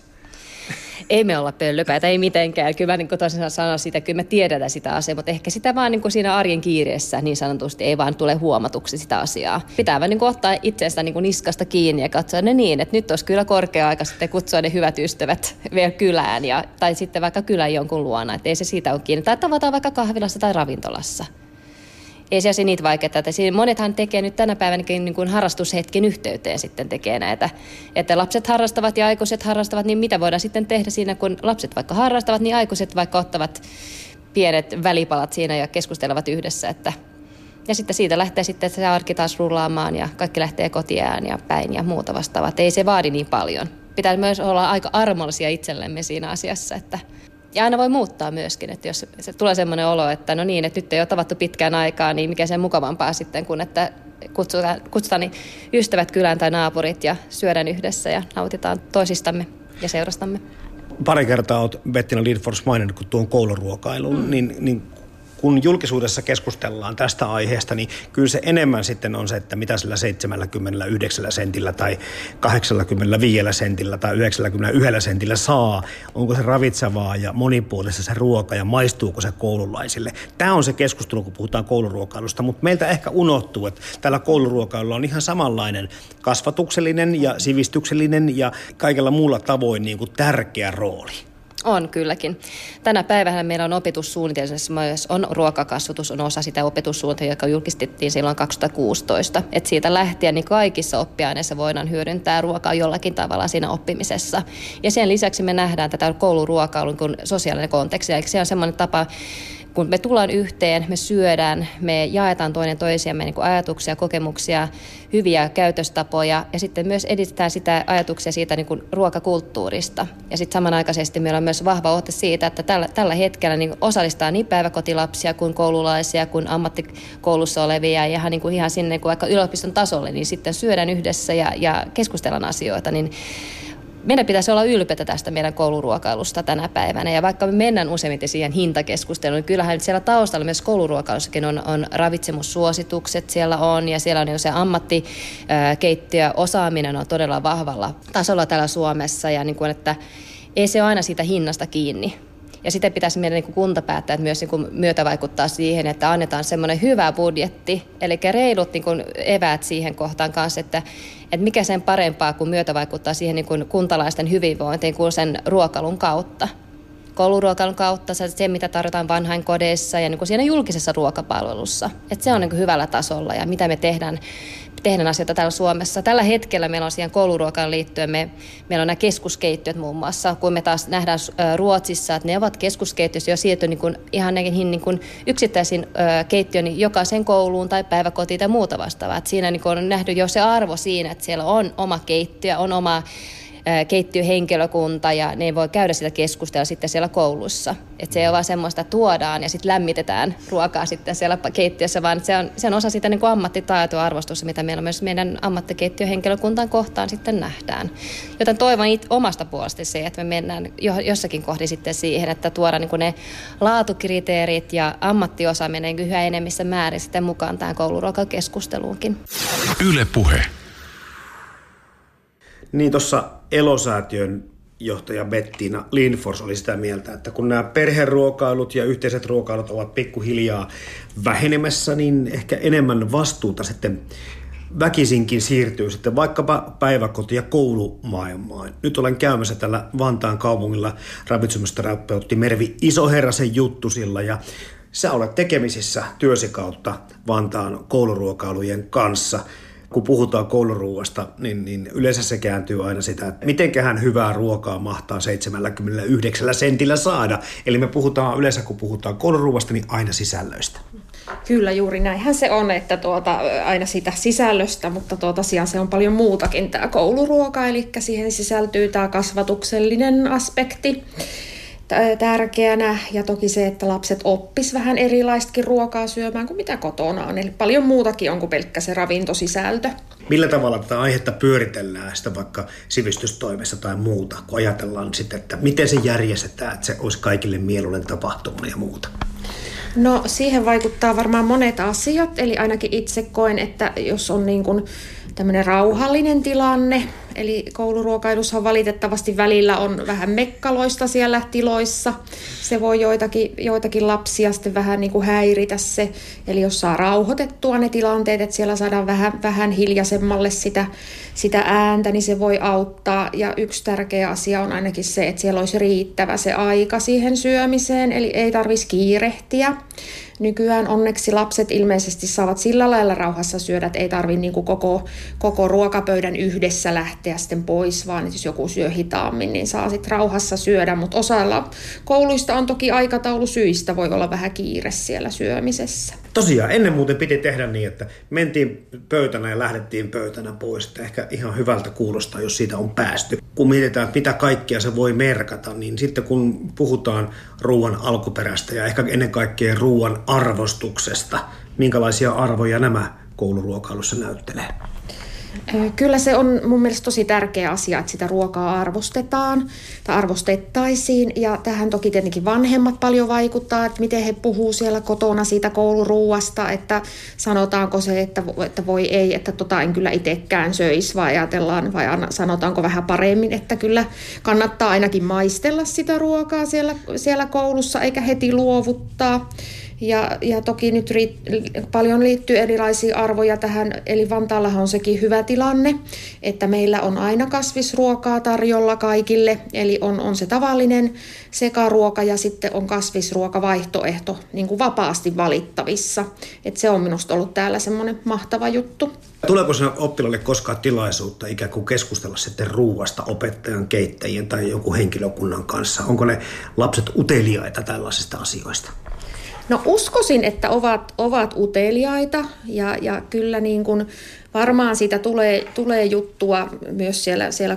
Ei me olla pöllöpäitä, ei mitenkään. Kyllä mä niin tosiaan sanon sitä, kyllä me tiedetään sitä asiaa, mutta ehkä sitä vaan niin siinä arjen kiireessä niin sanotusti ei vaan tule huomatuksi sitä asiaa. Pitää vaan niin ottaa itseästä niin niskasta kiinni ja katsoa ne niin, että nyt olisi kyllä korkea aika sitten kutsua ne hyvät ystävät vielä kylään tai sitten vaikka kylän jonkun luona, että ei se siitä ole kiinni. Tai tavataan vaikka kahvilassa tai ravintolassa. Ei se ole niitä vaikeaa. Monethan tekee nyt tänä päivänäkin niin kuin harrastushetken yhteyteen sitten tekee näitä. Että lapset harrastavat ja aikuiset harrastavat, niin mitä voidaan sitten tehdä siinä, kun lapset vaikka harrastavat, niin aikuiset vaikka ottavat pienet välipalat siinä ja keskustelevat yhdessä. Ja sitten siitä lähtee sitten se arki taas rullaamaan ja kaikki lähtee kotiään ja päin ja muuta vastaavaa. Ei se vaadi niin paljon. Pitää myös olla aika armollisia itsellemme siinä asiassa, ja aina voi muuttaa myöskin, että jos se tulee semmoinen olo, että no niin, että nyt ei ole tavattu pitkään aikaa, niin mikä sen mukavampaa sitten, kun että kutsutaan niin ystävät kylään tai naapurit ja syödään yhdessä ja nautitaan toisistamme ja seurastamme. Pari kertaa olet Bettina Lindfors maininnut, kun tuon kouluruokailun, niin kun julkisuudessa keskustellaan tästä aiheesta, niin kyllä se enemmän sitten on se, että mitä sillä 79 sentillä tai 85 sentillä tai 91 sentillä saa. Onko se ravitsevaa ja monipuolista se ruoka ja maistuuko se koululaisille. Tämä on se keskustelu, kun puhutaan kouluruokailusta, mutta meiltä ehkä unohtuu, että tällä kouluruokailulla on ihan samanlainen kasvatuksellinen ja sivistyksellinen ja kaikella muulla tavoin niin kuin tärkeä rooli. On kylläkin. Tänä päivänä meillä on opetussuunnitelmassa myös on ruokakasvatus, on osa sitä opetussuunnitelmaa, joka julkistettiin silloin 2016. Et siitä lähtien niin kaikissa oppiaineissa voidaan hyödyntää ruokaa jollakin tavalla siinä oppimisessa. Ja sen lisäksi me nähdään tätä kouluruokailun kuin sosiaalinen konteksti. Eli se on semmoinen tapa, kun me tullaan yhteen, me syödään, me jaetaan toinen toisiamme niin kuin ajatuksia, kokemuksia, hyviä käytöstapoja ja sitten myös edistetään sitä ajatuksia siitä niin kuin ruokakulttuurista. Ja sitten samanaikaisesti meillä on myös vahva ote siitä, että tällä hetkellä niin osallistaa niin päiväkotilapsia kuin koululaisia kuin ammattikoulussa olevia ja ihan sinne niin kuin vaikka yliopiston tasolle, niin sitten syödään yhdessä ja keskustellaan asioita, niin meidän pitäisi olla ylpeitä tästä meidän kouluruokailusta tänä päivänä. Ja vaikka me mennään useimmiten siihen hintakeskusteluun, niin kyllähän siellä taustalla myös kouluruokailussakin on ravitsemussuositukset siellä on. Ja siellä on se ammattikeittiöosaaminen on todella vahvalla tasolla täällä Suomessa. Ja niin kuin, että ei se ole aina siitä hinnasta kiinni. Ja sitä pitäisi meidän niin kuin kuntapäättäjät myös niin kuin myötävaikuttaa siihen, että annetaan semmoinen hyvä budjetti, eli reilut niin kuin eväät siihen kohtaan kanssa, että mikä sen parempaa kuin myötävaikuttaa siihen niin kuin kuntalaisten hyvinvointiin kuin sen ruokailun kautta. Kouluruokailun kautta se, mitä tarjotaan vanhainkodeissa ja niin kuin siinä julkisessa ruokapalvelussa. Että se on niin kuin hyvällä tasolla ja mitä me tehdään asioita täällä Suomessa. Tällä hetkellä meillä on siihen kouluruokaan liittyen, meillä on nämä keskuskeittiöt muun muassa, kun me taas nähdään Ruotsissa, että ne ovat keskuskeittiössä jo siirtynyt niin kuin ihan näihin niin kuin yksittäisiin keittiöön niin jokaisen kouluun tai päiväkotiin tai muuta vastaavaa. Että siinä niin kuin on nähty jo se arvo siinä, että siellä on oma keittiö, on oma keittiöhenkilökunta ja ne voi käydä sitä keskustelua sitten siellä koulussa. Että se ei ole vaan semmoista, että tuodaan ja sitten lämmitetään ruokaa sitten siellä keittiössä, vaan se on osa sitä niin kuin ammattitaitoa ja arvostusta, mitä meillä myös meidän ammattikeittiöhenkilökuntaan kohtaan sitten nähdään. Joten toivon omasta puolesta se, että me mennään jossakin kohdin sitten siihen, että tuodaan niin kuin ne laatukriteerit ja ammattiosaaminen yhä enemmissä määrin sitten mukaan tähän kouluruokakeskusteluunkin. Yle Puhe. Niin tuossa Elosäätiön johtaja Bettina Lindfors oli sitä mieltä, että kun nämä perheruokailut ja yhteiset ruokailut ovat pikkuhiljaa vähenemässä, niin ehkä enemmän vastuuta sitten väkisinkin siirtyy sitten vaikkapa päiväkoti- ja koulumaailmaan. Nyt olen käymässä tällä Vantaan kaupungilla ravitsemusterapeutti Mervi Isoherrasen juttusilla ja sä olet tekemisissä työsi kautta Vantaan kouluruokailujen kanssa. kun puhutaan kouluruuasta, niin yleensä se kääntyy aina sitä, että mitenköhän hyvää ruokaa mahtaa 79 sentillä saada. Eli me puhutaan yleensä, kun puhutaan kouluruuasta, niin aina sisällöistä. Kyllä, juuri näinhän se on, että aina siitä sisällöstä, mutta tosiaan se on paljon muutakin tämä kouluruoka, eli siihen sisältyy tämä kasvatuksellinen aspekti tärkeänä ja toki se, että lapset oppis vähän erilaistakin ruokaa syömään kuin mitä kotona on. Eli paljon muutakin on kuin pelkkä se ravintosisältö. Millä tavalla tätä aihetta pyöritellään sitä vaikka sivistystoimessa tai muuta, kun ajatellaan sitten, että miten se järjestetään, että se olisi kaikille mieluinen tapahtuma ja muuta? No siihen vaikuttaa varmaan monet asiat, eli ainakin itse koen, että jos on niin kuin tämmöinen rauhallinen tilanne, eli kouluruokailussa valitettavasti välillä on vähän mekkaloista siellä tiloissa. Se voi joitakin lapsia sitten vähän niin kuin häiritä se, eli jos saa rauhoitettua ne tilanteet, että siellä saadaan vähän hiljaisemmalle sitä ääntä, niin se voi auttaa. Ja yksi tärkeä asia on ainakin se, että siellä olisi riittävä se aika siihen syömiseen, eli ei tarvitsisi kiirehtiä. Nykyään onneksi lapset ilmeisesti saavat sillä lailla rauhassa syödä, että ei tarvitse niin kuin koko ruokapöydän yhdessä lähteä sitten pois, vaan jos joku syö hitaammin, niin saa sitten rauhassa syödä. Mutta osalla kouluista on toki aikataulusyistä, voi olla vähän kiire siellä syömisessä. Tosiaan, ennen muuten piti tehdä niin, että mentiin pöytänä ja lähdettiin pöytänä pois. Että ehkä ihan hyvältä kuulostaa, jos siitä on päästy. Kun mietitään, että mitä kaikkea se voi merkata, niin sitten kun puhutaan ruoan alkuperästä ja ehkä ennen kaikkea ruoan arvostuksesta, minkälaisia arvoja nämä kouluruokailussa näyttelee? Kyllä se on mun mielestä tosi tärkeä asia, että sitä ruokaa arvostetaan tai arvostettaisiin. Ja tähän toki tietenkin vanhemmat paljon vaikuttaa, että miten he puhuu siellä kotona siitä kouluruuasta, että sanotaanko se, että voi ei, että en kyllä itsekään söisi, vai ajatellaan, vai sanotaanko vähän paremmin, että kyllä kannattaa ainakin maistella sitä ruokaa siellä koulussa eikä heti luovuttaa. Ja toki nyt paljon liittyy erilaisia arvoja tähän, eli Vantaallahan on sekin hyvä tilanne, että meillä on aina kasvisruokaa tarjolla kaikille, eli on se tavallinen sekaruoka ja sitten on kasvisruokavaihtoehto niin kuin vapaasti valittavissa. Et se on minusta ollut täällä semmoinen mahtava juttu. Tuleeko sinä oppilaille koskaan tilaisuutta ikään kuin keskustella sitten ruuasta opettajan, keittäjien tai jonkun henkilökunnan kanssa? Onko ne lapset uteliaita tällaisista asioista? No uskoisin, että ovat uteliaita ja kyllä niin kuin varmaan siitä tulee juttua myös siellä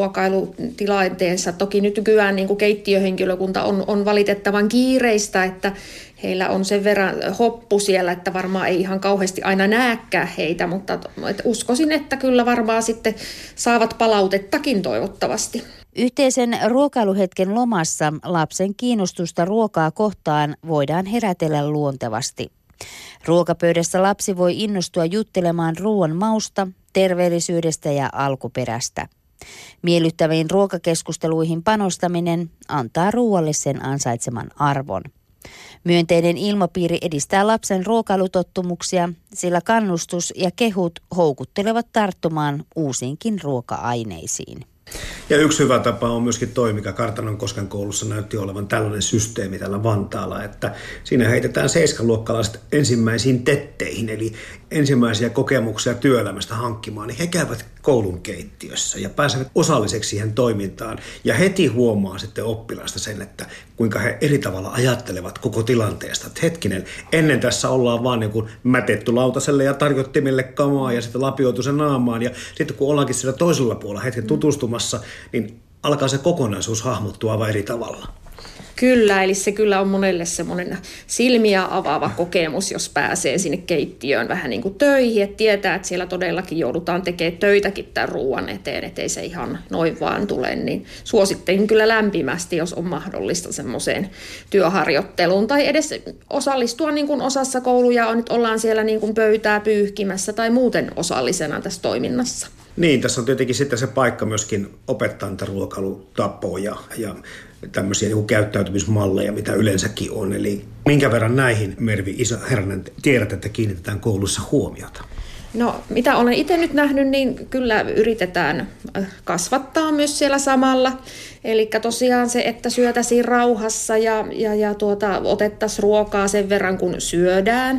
kouluruokailutilanteessa. Toki nyt nykyään niin kuin keittiöhenkilökunta on valitettavan kiireistä, että heillä on sen verran hoppu siellä, että varmaan ei ihan kauheasti aina näekään heitä, mutta uskoisin, että kyllä varmaan sitten saavat palautettakin toivottavasti. Yhteisen ruokailuhetken lomassa lapsen kiinnostusta ruokaa kohtaan voidaan herätellä luontevasti. Ruokapöydässä lapsi voi innostua juttelemaan ruoan mausta, terveellisyydestä ja alkuperästä. Miellyttäviin ruokakeskusteluihin panostaminen antaa ruoalle sen ansaitseman arvon. Myönteinen ilmapiiri edistää lapsen ruokailutottumuksia, sillä kannustus ja kehut houkuttelevat tarttumaan uusiinkin ruoka-aineisiin. Ja yksi hyvä tapa on myöskin toi, mikä Kartanonkosken koulussa näytti olevan tällainen systeemi tällä Vantaalla, että siinä heitetään 7-luokkalaiset ensimmäisiin tetteihin, eli ensimmäisiä kokemuksia työelämästä hankkimaan, niin he käyvät koulun keittiössä ja pääsevät osalliseksi siihen toimintaan. Ja heti huomaa sitten oppilaista sen, että kuinka he eri tavalla ajattelevat koko tilanteesta. Että hetkinen, ennen tässä ollaan vaan niin kuin mätetty lautaselle ja tarjottimelle kamaa ja sitten lapioitu se naamaan. Ja sitten kun ollaankin siellä toisella puolella hetken tutustumassa, niin alkaa se kokonaisuus hahmottua aivan eri tavalla. Kyllä, eli se kyllä on monelle semmoinen silmiä avaava kokemus, jos pääsee sinne keittiöön vähän niin kuin töihin, että tietää, että siellä todellakin joudutaan tekemään töitäkin tämän ruoan eteen, ettei se ihan noin vaan tule, niin suosittelen kyllä lämpimästi, jos on mahdollista semmoiseen työharjoitteluun tai edes osallistua niin kuin osassa kouluja, nyt ollaan siellä niin kuin pöytää pyyhkimässä tai muuten osallisena tässä toiminnassa. Niin, tässä on tietenkin sitten se paikka myöskin opettaa niitä ruokailutapoja ja tämmöisiä niin kuin käyttäytymismalleja, mitä yleensäkin on. Eli minkä verran näihin, Mervi Iso-Herranen, tiedät, että kiinnitetään koulussa huomiota? No, mitä olen itse nyt nähnyt, niin kyllä yritetään kasvattaa myös siellä samalla. Eli tosiaan se, että syötäisiin rauhassa ja otettaisiin ruokaa sen verran, kun syödään.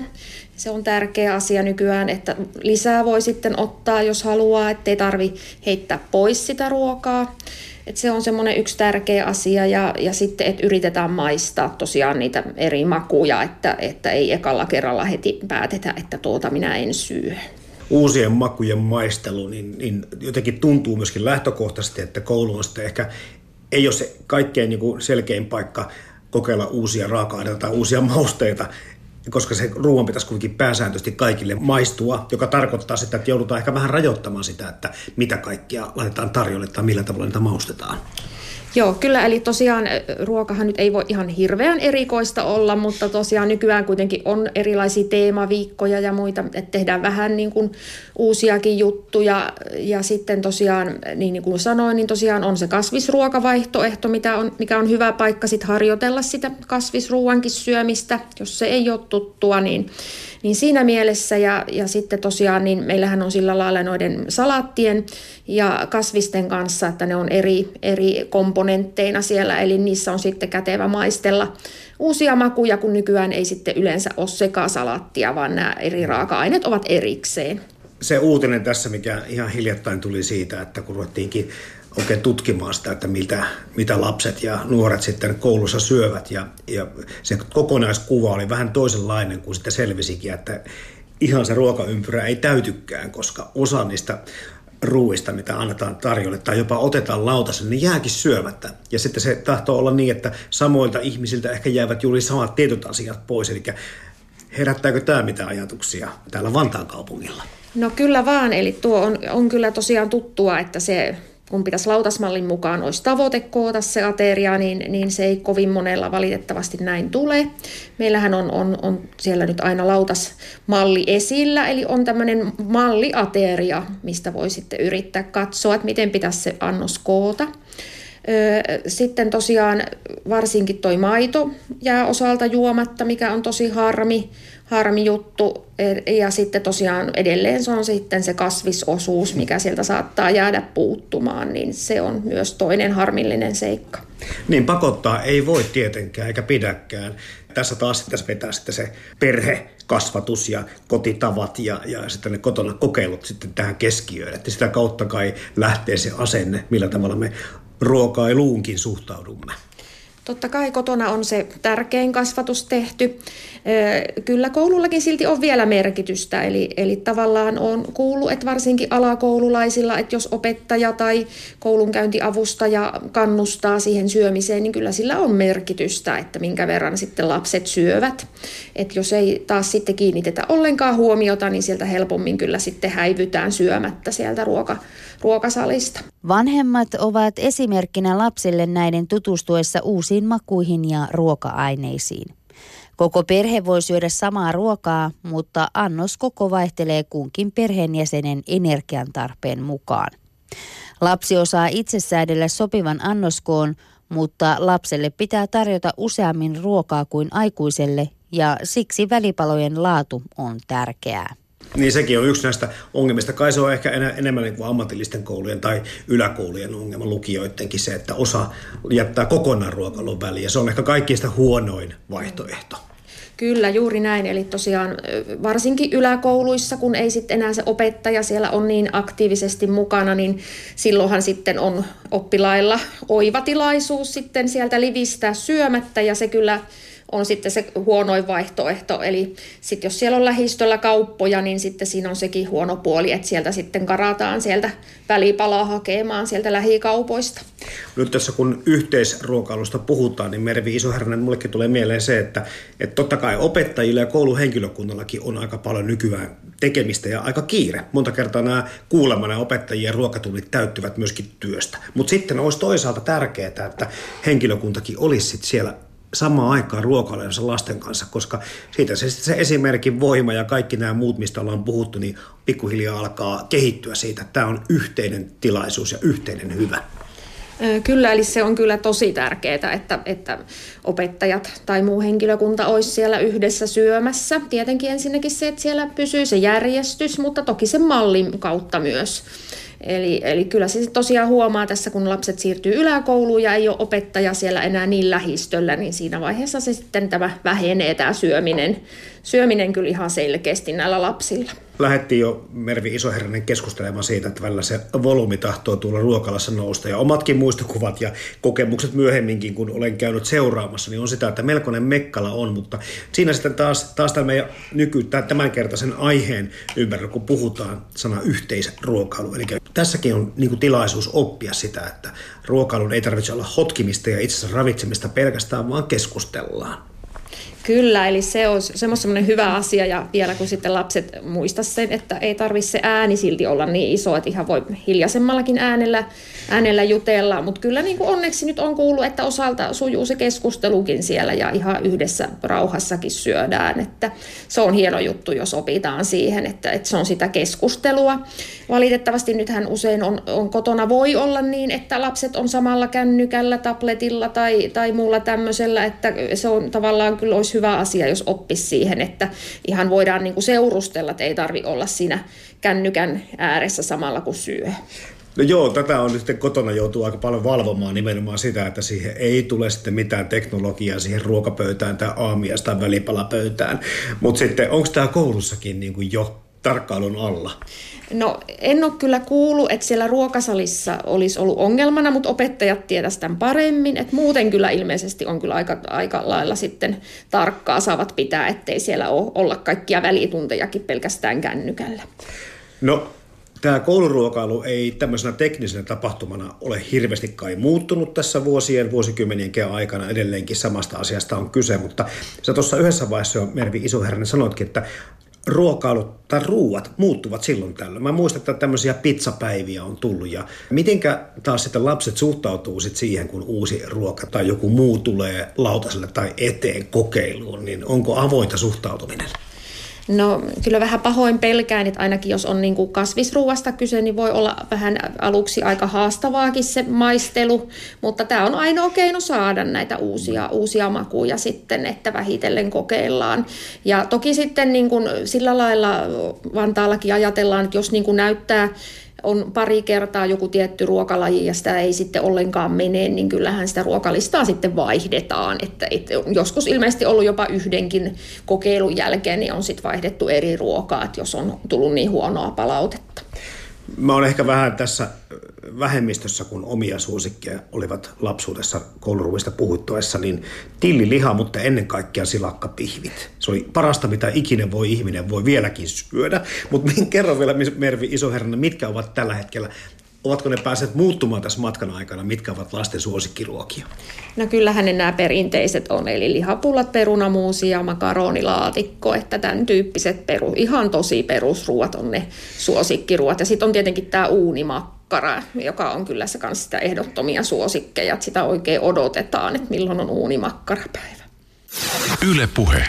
Se on tärkeä asia nykyään, että lisää voi sitten ottaa, jos haluaa, ettei tarvi heittää pois sitä ruokaa. Et se on semmoinen yksi tärkeä asia ja sitten, että yritetään maistaa tosiaan niitä eri makuja, että ei ekalla kerralla heti päätetä, että minä en syö. Uusien makujen maistelu, niin jotenkin tuntuu myöskin lähtökohtaisesti, että koulu on sitten ehkä ei ole se kaikkein niin kuin selkein paikka kokeilla uusia raaka-aineita tai uusia mausteita, koska se ruoan pitäisi kuitenkin pääsääntöisesti kaikille maistua, joka tarkoittaa sitä, että joudutaan ehkä vähän rajoittamaan sitä, että mitä kaikkia laitetaan tarjolle tai millä tavalla niitä maustetaan. Joo, kyllä, eli tosiaan ruokahan nyt ei voi ihan hirveän erikoista olla, mutta tosiaan nykyään kuitenkin on erilaisia teemaviikkoja ja muita, että tehdään vähän niin kuin uusiakin juttuja ja sitten tosiaan, niin kuin sanoin, niin tosiaan on se kasvisruokavaihtoehto, mikä on hyvä paikka sitten harjoitella sitä kasvisruuankin syömistä, jos se ei ole tuttua, niin siinä mielessä ja sitten tosiaan niin meillähän on sillä lailla noiden salaattien ja kasvisten kanssa, että ne on eri komponentteina siellä, eli niissä on sitten kätevä maistella uusia makuja, kun nykyään ei sitten yleensä ole sekasalaattia, vaan nämä eri raaka-aineet ovat erikseen. Se uutinen tässä, mikä ihan hiljattain tuli siitä, että kun ruvettiinkin oikein tutkimaan sitä, että mitä lapset ja nuoret sitten koulussa syövät. Ja se kokonaiskuva oli vähän toisenlainen kuin sitten selvisikin, että ihan se ruokaympyrä ei täytykään, koska osa niistä ruuista, mitä annetaan tarjolle tai jopa otetaan lautaselle, niin jääkin syömättä. Ja sitten se tahtoo olla niin, että samoilta ihmisiltä ehkä jäävät juuri samat tietyt asiat pois. Eli herättääkö tämä mitä ajatuksia täällä Vantaan kaupungilla? No kyllä vaan, eli tuo on kyllä tosiaan tuttua, että se kun pitäisi lautasmallin mukaan olisi tavoite koota se ateria, niin se ei kovin monella valitettavasti näin tule. Meillähän on siellä nyt aina lautasmalli esillä, eli on tämmöinen malliateria, mistä voi sitten yrittää katsoa, että miten pitäisi se annos koota. Sitten tosiaan varsinkin toi maito jää osalta juomatta, mikä on tosi harmi juttu. Ja sitten tosiaan edelleen se on sitten se kasvisosuus, mikä sieltä saattaa jäädä puuttumaan, niin se on myös toinen harmillinen seikka. Niin pakottaa ei voi tietenkään eikä pidäkään. Tässä taas vetää sitten se perhekasvatus ja kotitavat ja sitten ne kotona kokeilut sitten tähän keskiöön. Että sitä kautta kai lähtee se asenne, millä tavalla me ruokailuunkin suhtaudumme. Totta kai kotona on se tärkein kasvatus tehty. Kyllä koulullakin silti on vielä merkitystä, eli tavallaan on kuullut, että varsinkin alakoululaisilla, että jos opettaja tai koulunkäyntiavustaja kannustaa siihen syömiseen, niin kyllä sillä on merkitystä, että minkä verran sitten lapset syövät. Että jos ei taas sitten kiinnitetä ollenkaan huomiota, niin sieltä helpommin kyllä sitten häivytään syömättä sieltä ruokasalista. Vanhemmat ovat esimerkkinä lapsille näiden tutustuessa uusiin makuihin ja ruoka-aineisiin. Koko perhe voi syödä samaa ruokaa, mutta annos koko vaihtelee kunkin perheenjäsenen energiantarpeen mukaan. Lapsi osaa itse säädellä sopivan annoskoon, mutta lapselle pitää tarjota useammin ruokaa kuin aikuiselle ja siksi välipalojen laatu on tärkeää. Niin sekin on yksi näistä ongelmista. Kai se on ehkä enemmän niin kuin ammatillisten koulujen tai yläkoulujen ongelma, lukioidenkin se, että osa jättää kokonaan ruokailun väliin. Ja se on ehkä kaikista huonoin vaihtoehto. Kyllä, juuri näin. Eli tosiaan varsinkin yläkouluissa, kun ei sitten enää se opettaja siellä on niin aktiivisesti mukana, niin silloinhan sitten on oppilailla oiva tilaisuus sitten sieltä livistää syömättä ja se kyllä on sitten se huonoin vaihtoehto. Eli sitten jos siellä on lähistöllä kauppoja, niin sitten siinä on sekin huono puoli, että sieltä sitten karataan sieltä välipalaa hakemaan sieltä lähikaupoista. Nyt tässä kun yhteisruokailusta puhutaan, niin Mervi Isoherranen, mullekin tulee mieleen se, että totta kai opettajilla ja kouluhenkilökunnallakin on aika paljon nykyään tekemistä ja aika kiire. Monta kertaa nämä kuulemana opettajien ruokatunnit täyttyvät myöskin työstä. Mutta sitten olisi toisaalta tärkeää, että henkilökuntakin olisi sit siellä samaan aikaan ruokailemassa lasten kanssa, koska siitä se esimerkin voima ja kaikki nämä muut, mistä ollaan puhuttu, niin pikkuhiljaa alkaa kehittyä siitä, että tämä on yhteinen tilaisuus ja yhteinen hyvä. Kyllä, eli se on kyllä tosi tärkeää, että opettajat tai muu henkilökunta olisi siellä yhdessä syömässä. Tietenkin ensinnäkin se, että siellä pysyy se järjestys, mutta toki sen mallin kautta myös. Eli kyllä se tosiaan huomaa tässä, kun lapset siirtyy yläkouluun ja ei ole opettaja siellä enää niin lähistöllä, niin siinä vaiheessa se sitten tämä vähenee tämä syöminen kyllä ihan selkeästi näillä lapsilla. Lähdettiin jo Mervi Isoherranen keskustelemaan siitä, että välillä se volyymi tahtoo tulla ruokalassa nousta. Ja omatkin muistokuvat ja kokemukset myöhemminkin, kun olen käynyt seuraamassa, niin on sitä, että melkoinen mekkala on. Mutta siinä sitten taas tämän meidän tämänkertaisen aiheen ympärillä, kun puhutaan sana yhteisruokailu. Eli tässäkin on niin kuin tilaisuus oppia sitä, että ruokailun ei tarvitse olla hotkimista ja itse asiassa ravitsemista pelkästään, vaan keskustellaan. Kyllä, eli se on semmoinen hyvä asia ja vielä kun sitten lapset muista sen, että ei tarvitse se ääni silti olla niin iso, että ihan voi hiljaisemmallakin äänellä jutella, mutta kyllä niin kuin onneksi nyt on kuullut, että osalta sujuu se keskustelukin siellä ja ihan yhdessä rauhassakin syödään, että se on hieno juttu, jos opitaan siihen, että se on sitä keskustelua. Valitettavasti nythän usein on kotona voi olla niin, että lapset on samalla kännykällä, tabletilla tai muulla tämmöisellä, että se on tavallaan kyllä olisi hyvä asia, jos oppisi siihen, että ihan voidaan niin kuin seurustella, että ei tarvitse olla siinä kännykän ääressä samalla kun syö. No joo, tätä on nyt kotona joutuu aika paljon valvomaan nimenomaan sitä, että siihen ei tule sitten mitään teknologiaa siihen ruokapöytään tai aamiais- tai välipalapöytään. Mutta sitten onko tämä koulussakin niin kuin jo tarkkailun alla? No en ole kyllä kuullut, että siellä ruokasalissa olisi ollut ongelmana, mutta opettajat tietävät tämän paremmin. Että muuten kyllä ilmeisesti on kyllä aika lailla sitten tarkkaa saavat pitää, ettei siellä olla kaikkia välituntejakin pelkästään kännykällä. No tämä kouluruokailu ei tämmöisenä teknisenä tapahtumana ole hirveästi kai muuttunut tässä vuosikymmenienkin aikana. Edelleenkin samasta asiasta on kyse, mutta sä tuossa yhdessä vaiheessa jo Mervi Isoherranen sanoitkin, että ruokailut tai ruuat muuttuvat silloin tällöin. Mä muistan, että tämmöisiä pizzapäiviä on tullut ja mitenkä taas sitten lapset suhtautuu sit siihen, kun uusi ruoka tai joku muu tulee lautaselle tai eteen kokeiluun, niin onko avointa suhtautuminen? No kyllä vähän pahoin pelkään, että ainakin jos on niin kuin kasvisruuasta kyse, niin voi olla vähän aluksi aika haastavaakin se maistelu, mutta tämä on ainoa keino saada näitä uusia makuja sitten, että vähitellen kokeillaan. Ja toki sitten niin kuin sillä lailla Vantaallakin ajatellaan, että jos niin kuin näyttää, on pari kertaa joku tietty ruokalaji ja sitä ei sitten ollenkaan mene, niin kyllähän sitä ruokalistaa sitten vaihdetaan. Että joskus ilmeisesti ollut jopa yhdenkin kokeilun jälkeen, niin on sitten vaihdettu eri ruokaa, että jos on tullut niin huonoa palautetta. Mä oon ehkä vähän tässä vähemmistössä, kun omia suosikkeja olivat lapsuudessa kouluruuista puhuttuessa, niin tilliliha, mutta ennen kaikkea silakkapihvit. Se oli parasta, mitä ikinen ihminen voi vieläkin syödä. Mutta kerro vielä, Mervi Isoherranen, mitkä ovat tällä hetkellä, ovatko ne päässeet muuttumaan tässä matkan aikana, mitkä ovat lasten suosikkiruokia? No kyllähän ne nämä perinteiset on, eli lihapullat, perunamuusi ja makaronilaatikko, että tämän tyyppiset ihan tosi perusruuat on ne suosikkiruot. Ja sitten on tietenkin tämä uunimakkara, joka on kyllä se kanssa sitä ehdottomia suosikkeja, että sitä oikein odotetaan, että milloin on uunimakkarapäivä. Yle Puhe.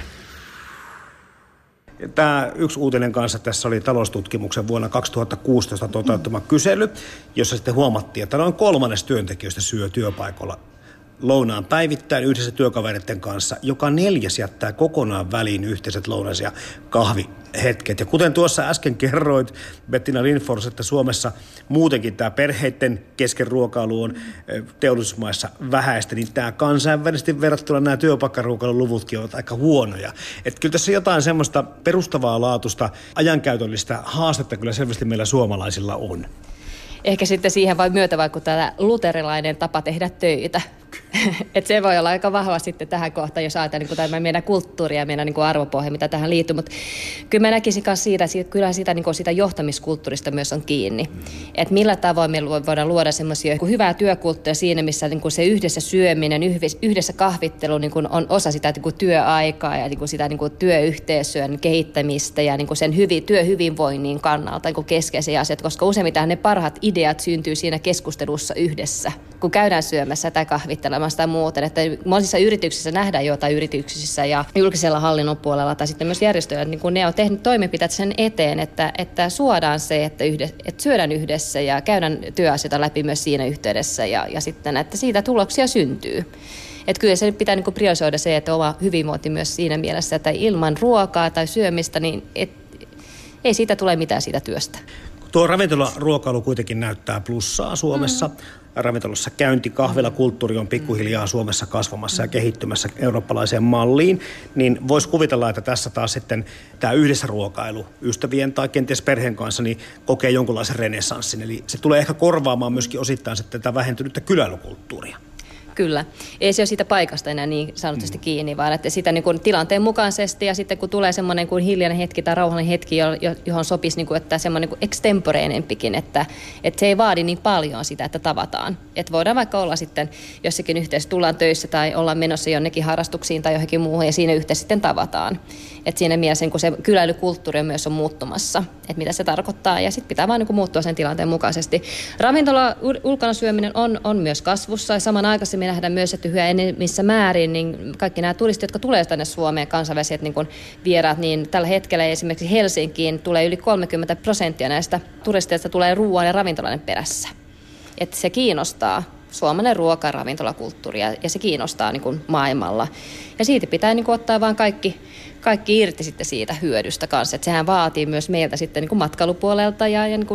Tämä yksi uutinen kanssa, tässä oli taloustutkimuksen vuonna 2016 toteuttama kysely, jossa sitten huomattiin, että noin 1/3 työntekijöistä syö työpaikalla lounaan päivittäin yhdessä työkavereiden kanssa. Joka 4 jättää kokonaan väliin yhteiset lounas- ja kahvihetket. Ja kuten tuossa äsken kerroit, Bettina Lindfors, että Suomessa muutenkin tämä perheiden kesken ruokailu on teollisuusmaissa vähäistä, niin tämä kansainvälisesti verrattuna nämä työpaikkaruokailuluvutkin ovat aika huonoja. Että kyllä tässä jotain semmoista perustavaa laatusta, ajankäytöllistä haastetta kyllä selvästi meillä suomalaisilla on. Ehkä sitten siihen vai myötävaikuttaa tämä luterilainen tapa tehdä töitä. Että se voi olla aika vahva sitten tähän kohtaan, jos ajatellaan niin tämä meidän kulttuuria ja meidän niin arvopohja, mitä tähän liittyy. Mutta kyllä mä näkisin myös siitä, että kyllä sitä johtamiskulttuurista myös on kiinni. Että millä tavoin me voidaan luoda semmoisia hyvää työkulttuuria siinä, missä niin se yhdessä syöminen, yhdessä kahvittelu niin on osa sitä niin työaikaa ja niin sitä niin työyhteisön kehittämistä ja niin sen työhyvinvoinnin kannalta niin keskeisiä asioita, koska useimmiten ne parhaat ideat syntyy siinä keskustelussa yhdessä, kun käydään syömässä tai kahvittelemassa tai muuten. Että monissa yrityksissä nähdään jotain yrityksissä ja julkisella hallinnon puolella tai sitten myös järjestöjä, niin kun ne on tehnyt toimenpiteet sen eteen, että suodaan se, että syödään yhdessä ja käydään työasioita läpi myös siinä yhteydessä ja sitten, että siitä tuloksia syntyy. Että kyllä se pitää niin kuin priorisoida se, että oma hyvinvointi myös siinä mielessä, että ilman ruokaa tai syömistä, niin ei siitä tule mitään siitä työstä. Tuo ravintolaruokailu kuitenkin näyttää plussaa Suomessa. Ravintolassa käynti, kahvilakulttuuri on pikkuhiljaa Suomessa kasvamassa ja kehittymässä eurooppalaiseen malliin. Niin voisi kuvitella, että tässä taas sitten tämä yhdessä ruokailu ystävien tai kenties perheen kanssa niin kokee jonkunlaisen renessanssin. Eli se tulee ehkä korvaamaan myöskin osittain sitten tätä vähentynyttä kyläilykulttuuria. Kyllä. Ei se ole siitä paikasta enää niin sanotusti kiinni, vaan että sitä niin kuin tilanteen mukaisesti ja sitten kun tulee semmoinen kuin hiljainen hetki tai rauhallinen hetki, johon sopisi niin kuin, että semmoinen niin extemporeenempikin, että se ei vaadi niin paljon sitä, että tavataan. Että voidaan vaikka olla sitten jossakin yhteydessä, tullaan töissä tai ollaan menossa jonnekin harrastuksiin tai johonkin muuhun ja siinä yhteydessä sitten tavataan. Että siinä mielessä kun se kyläilykulttuuri myös on muuttumassa, että mitä se tarkoittaa ja sitten pitää vaan niin kuin muuttua sen tilanteen mukaisesti. Ravintola ulkona syöminen on myös kasvussa ja samanaikaisesti me nähdään myös, että yhä enemmissä määrin niin kaikki nämä turistit, jotka tulee tänne Suomeen, kansainväliset niin kuin vieraat, niin tällä hetkellä esimerkiksi Helsinkiin tulee yli 30% näistä turisteista tulee ruoan ja ravintolainen perässä. Että se kiinnostaa suomalainen ruoka- ja ravintolakulttuuri ja se kiinnostaa niin kuin maailmalla. Ja siitä pitää niin kuin ottaa vaan kaikki irti sitten siitä hyödystä kanssa. Että sehän vaatii myös meiltä sitten niin kuin matkailupuolelta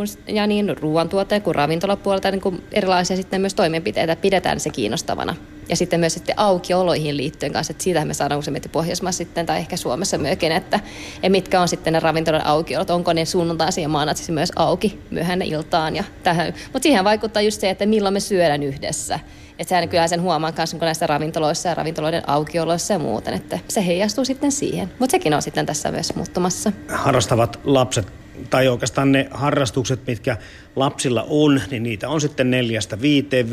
ja niin ruoantuotteen kuin ravintolapuolelta niin kuin erilaisia sitten myös toimenpiteitä. Pidetään se kiinnostavana. Ja sitten myös sitten aukioloihin liittyen kanssa, että siitähän me saadaan useimmiten Pohjoismaassa sitten, tai ehkä Suomessa myöskin, että mitkä on sitten ne ravintolan aukiolot, onko ne sunnuntaisin ja maanantaisin myös auki myöhään iltaan ja tähän. Mutta siihen vaikuttaa just se, että milloin me syödään yhdessä. Että sehän kyllähän sen huomaan kanssa näissä ravintoloissa ja ravintoloiden aukioloissa ja muuten, että se heijastuu sitten siihen. Mutta sekin on sitten tässä myös muuttumassa. Harrastavat lapset, tai oikeastaan ne harrastukset, mitkä lapsilla on, niin niitä on sitten 4-5,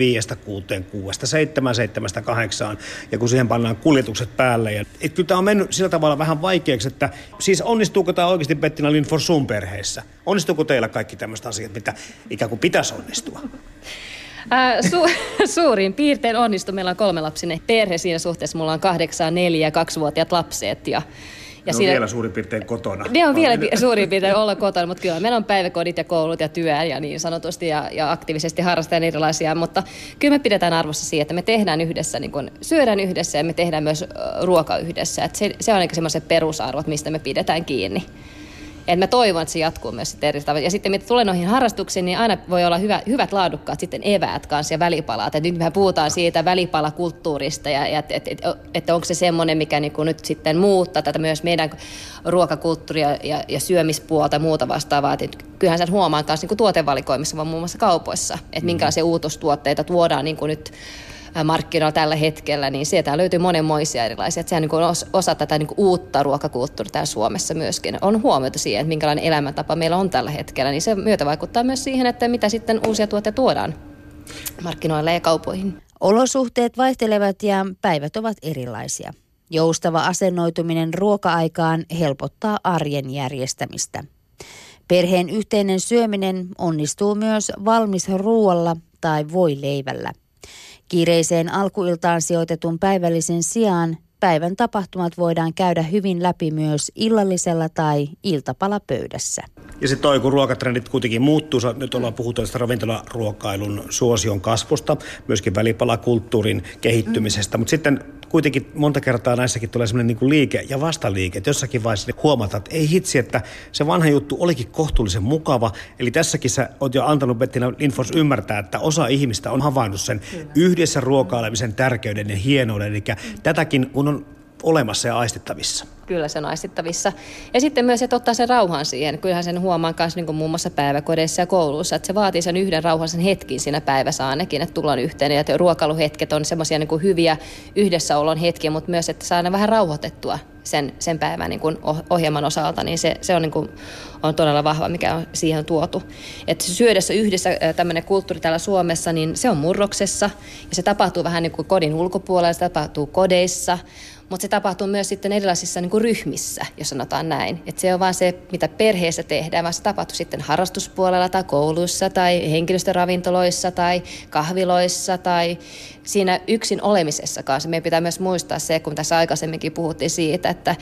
5-6, 7, 7-8. Ja kun siihen pannaan kuljetukset päälle. Että kyllä tämä on mennyt sillä tavalla vähän vaikeaksi, että siis onnistuuko tämä oikeasti Bettina Lindfors sun perheessä? Onnistuuko teillä kaikki tämmöiset asiat, mitä ikään kuin pitäisi onnistua? Suurin piirtein onnistu. Meillä on 3-lapsinen perhe siinä suhteessa. Mulla on 8, 4 ja 2-vuotiaat lapset. Ja ne on vielä suurin piirtein kotona. Ne on vielä suurin piirtein olla kotona, mutta kyllä meillä on päiväkodit ja koulut ja työ ja niin sanotusti ja aktiivisesti harrastetaan erilaisia. Mutta kyllä me pidetään arvossa siihen, että me tehdään yhdessä, niin kun syödään yhdessä ja me tehdään myös ruoka yhdessä. Että se on niin semmoiset perusarvot, mistä me pidetään kiinni. Et mä toivon, että se jatkuu myös sitten eri tavalla. Ja sitten mitä tulee noihin harrastuksiin, niin aina voi olla hyvät laadukkaat sitten eväät kanssa ja välipalat. Et nyt me puhutaan siitä välipalakulttuurista ja että onko se semmoinen, mikä niinku nyt sitten muuttaa tätä myös meidän ruokakulttuuria ja syömispuolta ja muuta vastaavaa. Et kyllähän sen huomaa myös niinku tuotevalikoimissa, vaan muun muassa kaupoissa, että minkälaisia uutustuotteita tuodaan niinku nyt markkinoilla tällä hetkellä, niin sieltä löytyy monenmoisia erilaisia. Että sehän niin on osa tätä niin uutta ruokakulttuuria täällä Suomessa myöskin. On huomiota siihen, että minkälainen elämäntapa meillä on tällä hetkellä, niin se myötä vaikuttaa myös siihen, että mitä sitten uusia tuotteita tuodaan markkinoille ja kaupoihin. Olosuhteet vaihtelevat ja päivät ovat erilaisia. Joustava asennoituminen ruoka-aikaan helpottaa arjen järjestämistä. Perheen yhteinen syöminen onnistuu myös valmisruualla tai voileivällä. Kiireiseen alkuiltaan sijoitetun päivällisen sijaan päivän tapahtumat voidaan käydä hyvin läpi myös illallisella tai iltapalapöydässä. Ja sitten toi, kun ruokatrendit kuitenkin muuttuu, nyt ollaan puhuttu tästä ravintolaruokailun suosion kasvusta, myöskin välipalakulttuurin kehittymisestä, mutta sitten kuitenkin monta kertaa näissäkin tulee semmoinen niin kuin liike ja vastaliike, että jossakin vaiheessa huomataan, että ei hitsi, että se vanha juttu olikin kohtuullisen mukava. Eli tässäkin sä oot jo antanut Bettina Lindfors ymmärtää, että osa ihmistä on havainnut sen yhdessä ruokailemisen tärkeyden ja hienouden, eli tätäkin kun on olemassa ja aistittavissa. Kyllä se on aistittavissa. Ja sitten myös, että ottaa sen rauhan siihen. Kyllähän sen huomaan myös niin kuin muun muassa päiväkodeissa ja koulussa, että se vaatii sen yhden rauhallisen hetkin siinä päivässä ainakin, että tullaan yhteen. Ja ruokailuhetket on semmoisia niin kuin hyviä yhdessäolon hetkiä, mutta myös, että saadaan vähän rauhoitettua sen päivän niin kuin ohjelman osalta, niin se on, niin kuin, on todella vahva, mikä on siihen tuotu. Että syödessä yhdessä tämmöinen kulttuuri täällä Suomessa, niin se on murroksessa ja se tapahtuu vähän niin kuin kodin ulkopuolella, se tapahtuu kodeissa, mutta se tapahtuu myös sitten erilaisissa niin kuin ryhmissä, jos sanotaan näin. Että se on vaan se, mitä perheessä tehdään, vaan se tapahtuu sitten harrastuspuolella tai kouluissa tai henkilöstöravintoloissa tai kahviloissa tai siinä yksin olemisessa kanssa. Meidän pitää myös muistaa se, kun tässä aikaisemminkin puhuttiin siitä, että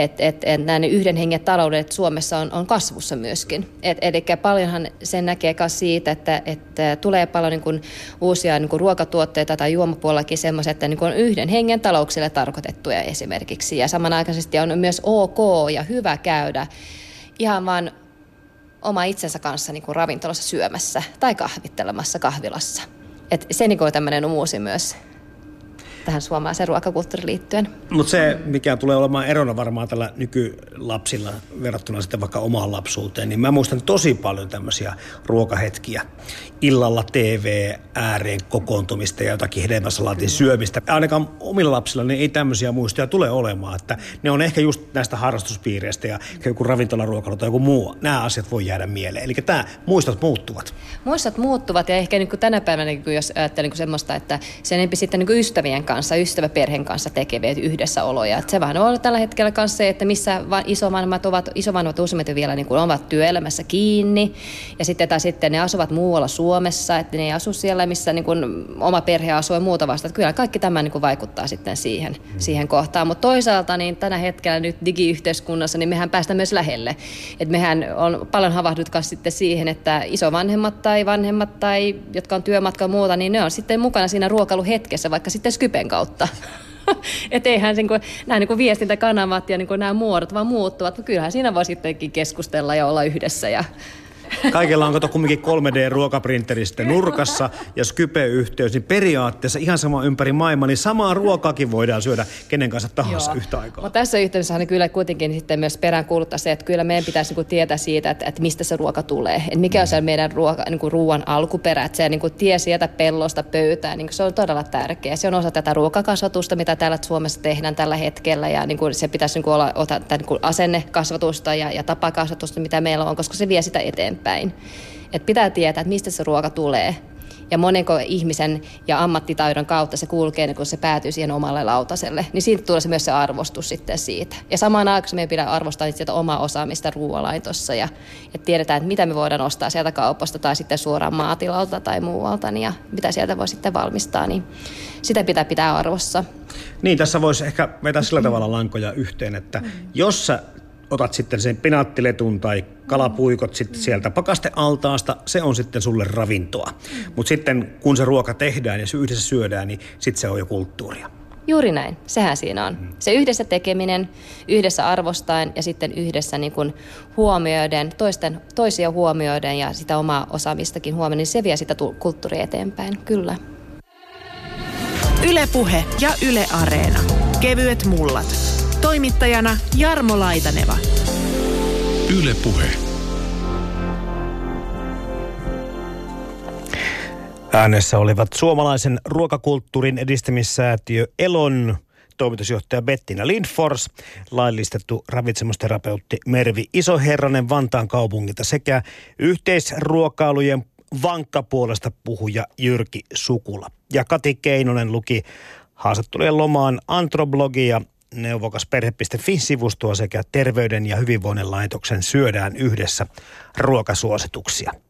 nämä yhden hengen taloudet Suomessa on kasvussa myöskin. Eli paljonhan sen näkee myös siitä, että tulee paljon niin kuin uusia niin kuin ruokatuotteita tai juomapuolellakin semmoisia, että niin kuin yhden hengen talouksille tarkoitettuja esimerkiksi. Ja samanaikaisesti on myös ok ja hyvä käydä ihan vaan oma itsensä kanssa niin kuin ravintolassa syömässä tai kahvittelemassa kahvilassa. Et se niin kuin tämmöinen uusi myös tähän suomalaiseen ruokakulttuuriin liittyen. Mutta se, mikä tulee olemaan erona varmaan tällä nykylapsilla verrattuna sitten vaikka omaan lapsuuteen, niin mä muistan tosi paljon tämmöisiä ruokahetkiä. Illalla TV ääreen kokoontumista ja jotakin hedelmäsalaatin syömistä. Ainakaan omilla lapsilla niin ei tämmöisiä muistoja tule olemaan, että ne on ehkä just näistä harrastuspiireistä ja joku ravintolaruokailu tai joku muu. Nämä asiat voi jäädä mieleen. Eli tämä muistot muuttuvat. Muistot muuttuvat ja ehkä niin kuin tänä päivänä, niin kuin jos ajattelee niin kuin semmoista, että se enempi sitten niin kuin ystävien kanssa, ystäväperheen kanssa tekevät yhdessäoloja. Että se vähän on tällä hetkellä kanssa se, että missä isovanhemmat useimmiten vielä niin kuin ovat työelämässä kiinni ja sitten ne asuvat muualla Suomessa, että ne ei asu siellä, missä niin kuin oma perhe asuu ja muuta vasta. Että kyllä kaikki tämä niin kuin vaikuttaa sitten siihen kohtaan. Mutta toisaalta niin tänä hetkellä nyt digiyhteiskunnassa, niin mehän päästään myös lähelle. Että mehän on paljon havahdutkaan sitten siihen, että isovanhemmat tai vanhemmat tai jotka on työmatka ja muuta, niin ne on sitten mukana siinä ruokailuhetkessä, vaikka sitten Skypen kautta. Että eihän nämä viestintäkanavat ja nämä muodot vaan muuttuvat. Kyllähän siinä voi sittenkin keskustella ja olla yhdessä. Kaikella on kumminkin 3D-ruokaprinteri sitten nurkassa ja Skype-yhteys, niin periaatteessa ihan sama ympäri maailmaa, niin samaa ruokaakin voidaan syödä kenen kanssa tahansa yhtä aikaa. Mutta tässä yhteydessä kyllä kuitenkin sitten myös peräänkuuluttaa se, että kyllä meidän pitäisi tietää siitä, että mistä se ruoka tulee. Että mikä on se meidän ruoan alkuperä, että se tie sieltä pellosta pöytään, niin se on todella tärkeä. Se on osa tätä ruokakasvatusta, mitä täällä Suomessa tehdään tällä hetkellä ja se pitäisi olla asennekasvatusta ja tapakasvatusta, mitä meillä on, koska se vie sitä eteenpäin. Että pitää tietää, että mistä se ruoka tulee ja monenko ihmisen ja ammattitaidon kautta se kulkee, niin kun se päätyy siihen omalle lautaselle. Niin siitä tulee myös se arvostus sitten siitä. Ja samaan aikaan meidän pitää arvostaa sieltä omaa osaamista ruoanlaitossa ja tiedetään, että mitä me voidaan ostaa sieltä kaupasta tai sitten suoraan maatilalta tai muualta ja mitä sieltä voi sitten valmistaa, niin sitä pitää arvossa. Niin, tässä voisi ehkä vetää sillä tavalla lankoja yhteen, että jos sä otat sitten sen pinaattiletun tai kalapuikot sitten sieltä pakastealtaasta, se on sitten sulle ravintoa. Mutta sitten kun se ruoka tehdään ja se yhdessä syödään, niin sitten se on jo kulttuuria. Juuri näin, sehän siinä on. Se yhdessä tekeminen, yhdessä arvostaen ja sitten yhdessä niin kuin huomioiden, toisia huomioiden ja sitä omaa osaamistakin huomioiden, niin se vie sitä kulttuuria eteenpäin, kyllä. Yle Puhe ja Yle Areena. Kevyet mullat. Toimittajana Jarmo Laitaneva. Yle Puhe. Äänessä olivat suomalaisen ruokakulttuurin edistämissäätiö Elon toimitusjohtaja Bettina Lindfors, laillistettu ravitsemusterapeutti Mervi Isoherranen Vantaan kaupungilta sekä yhteisruokailujen vankka puolesta puhuja Jyrki Sukula. Ja Kati Keinonen luki haastattelujen lomaan Antroblogia, neuvokasperhe.fi-sivustoa sekä Terveyden ja hyvinvoinnin laitoksen Syödään yhdessä ruokasuosituksia.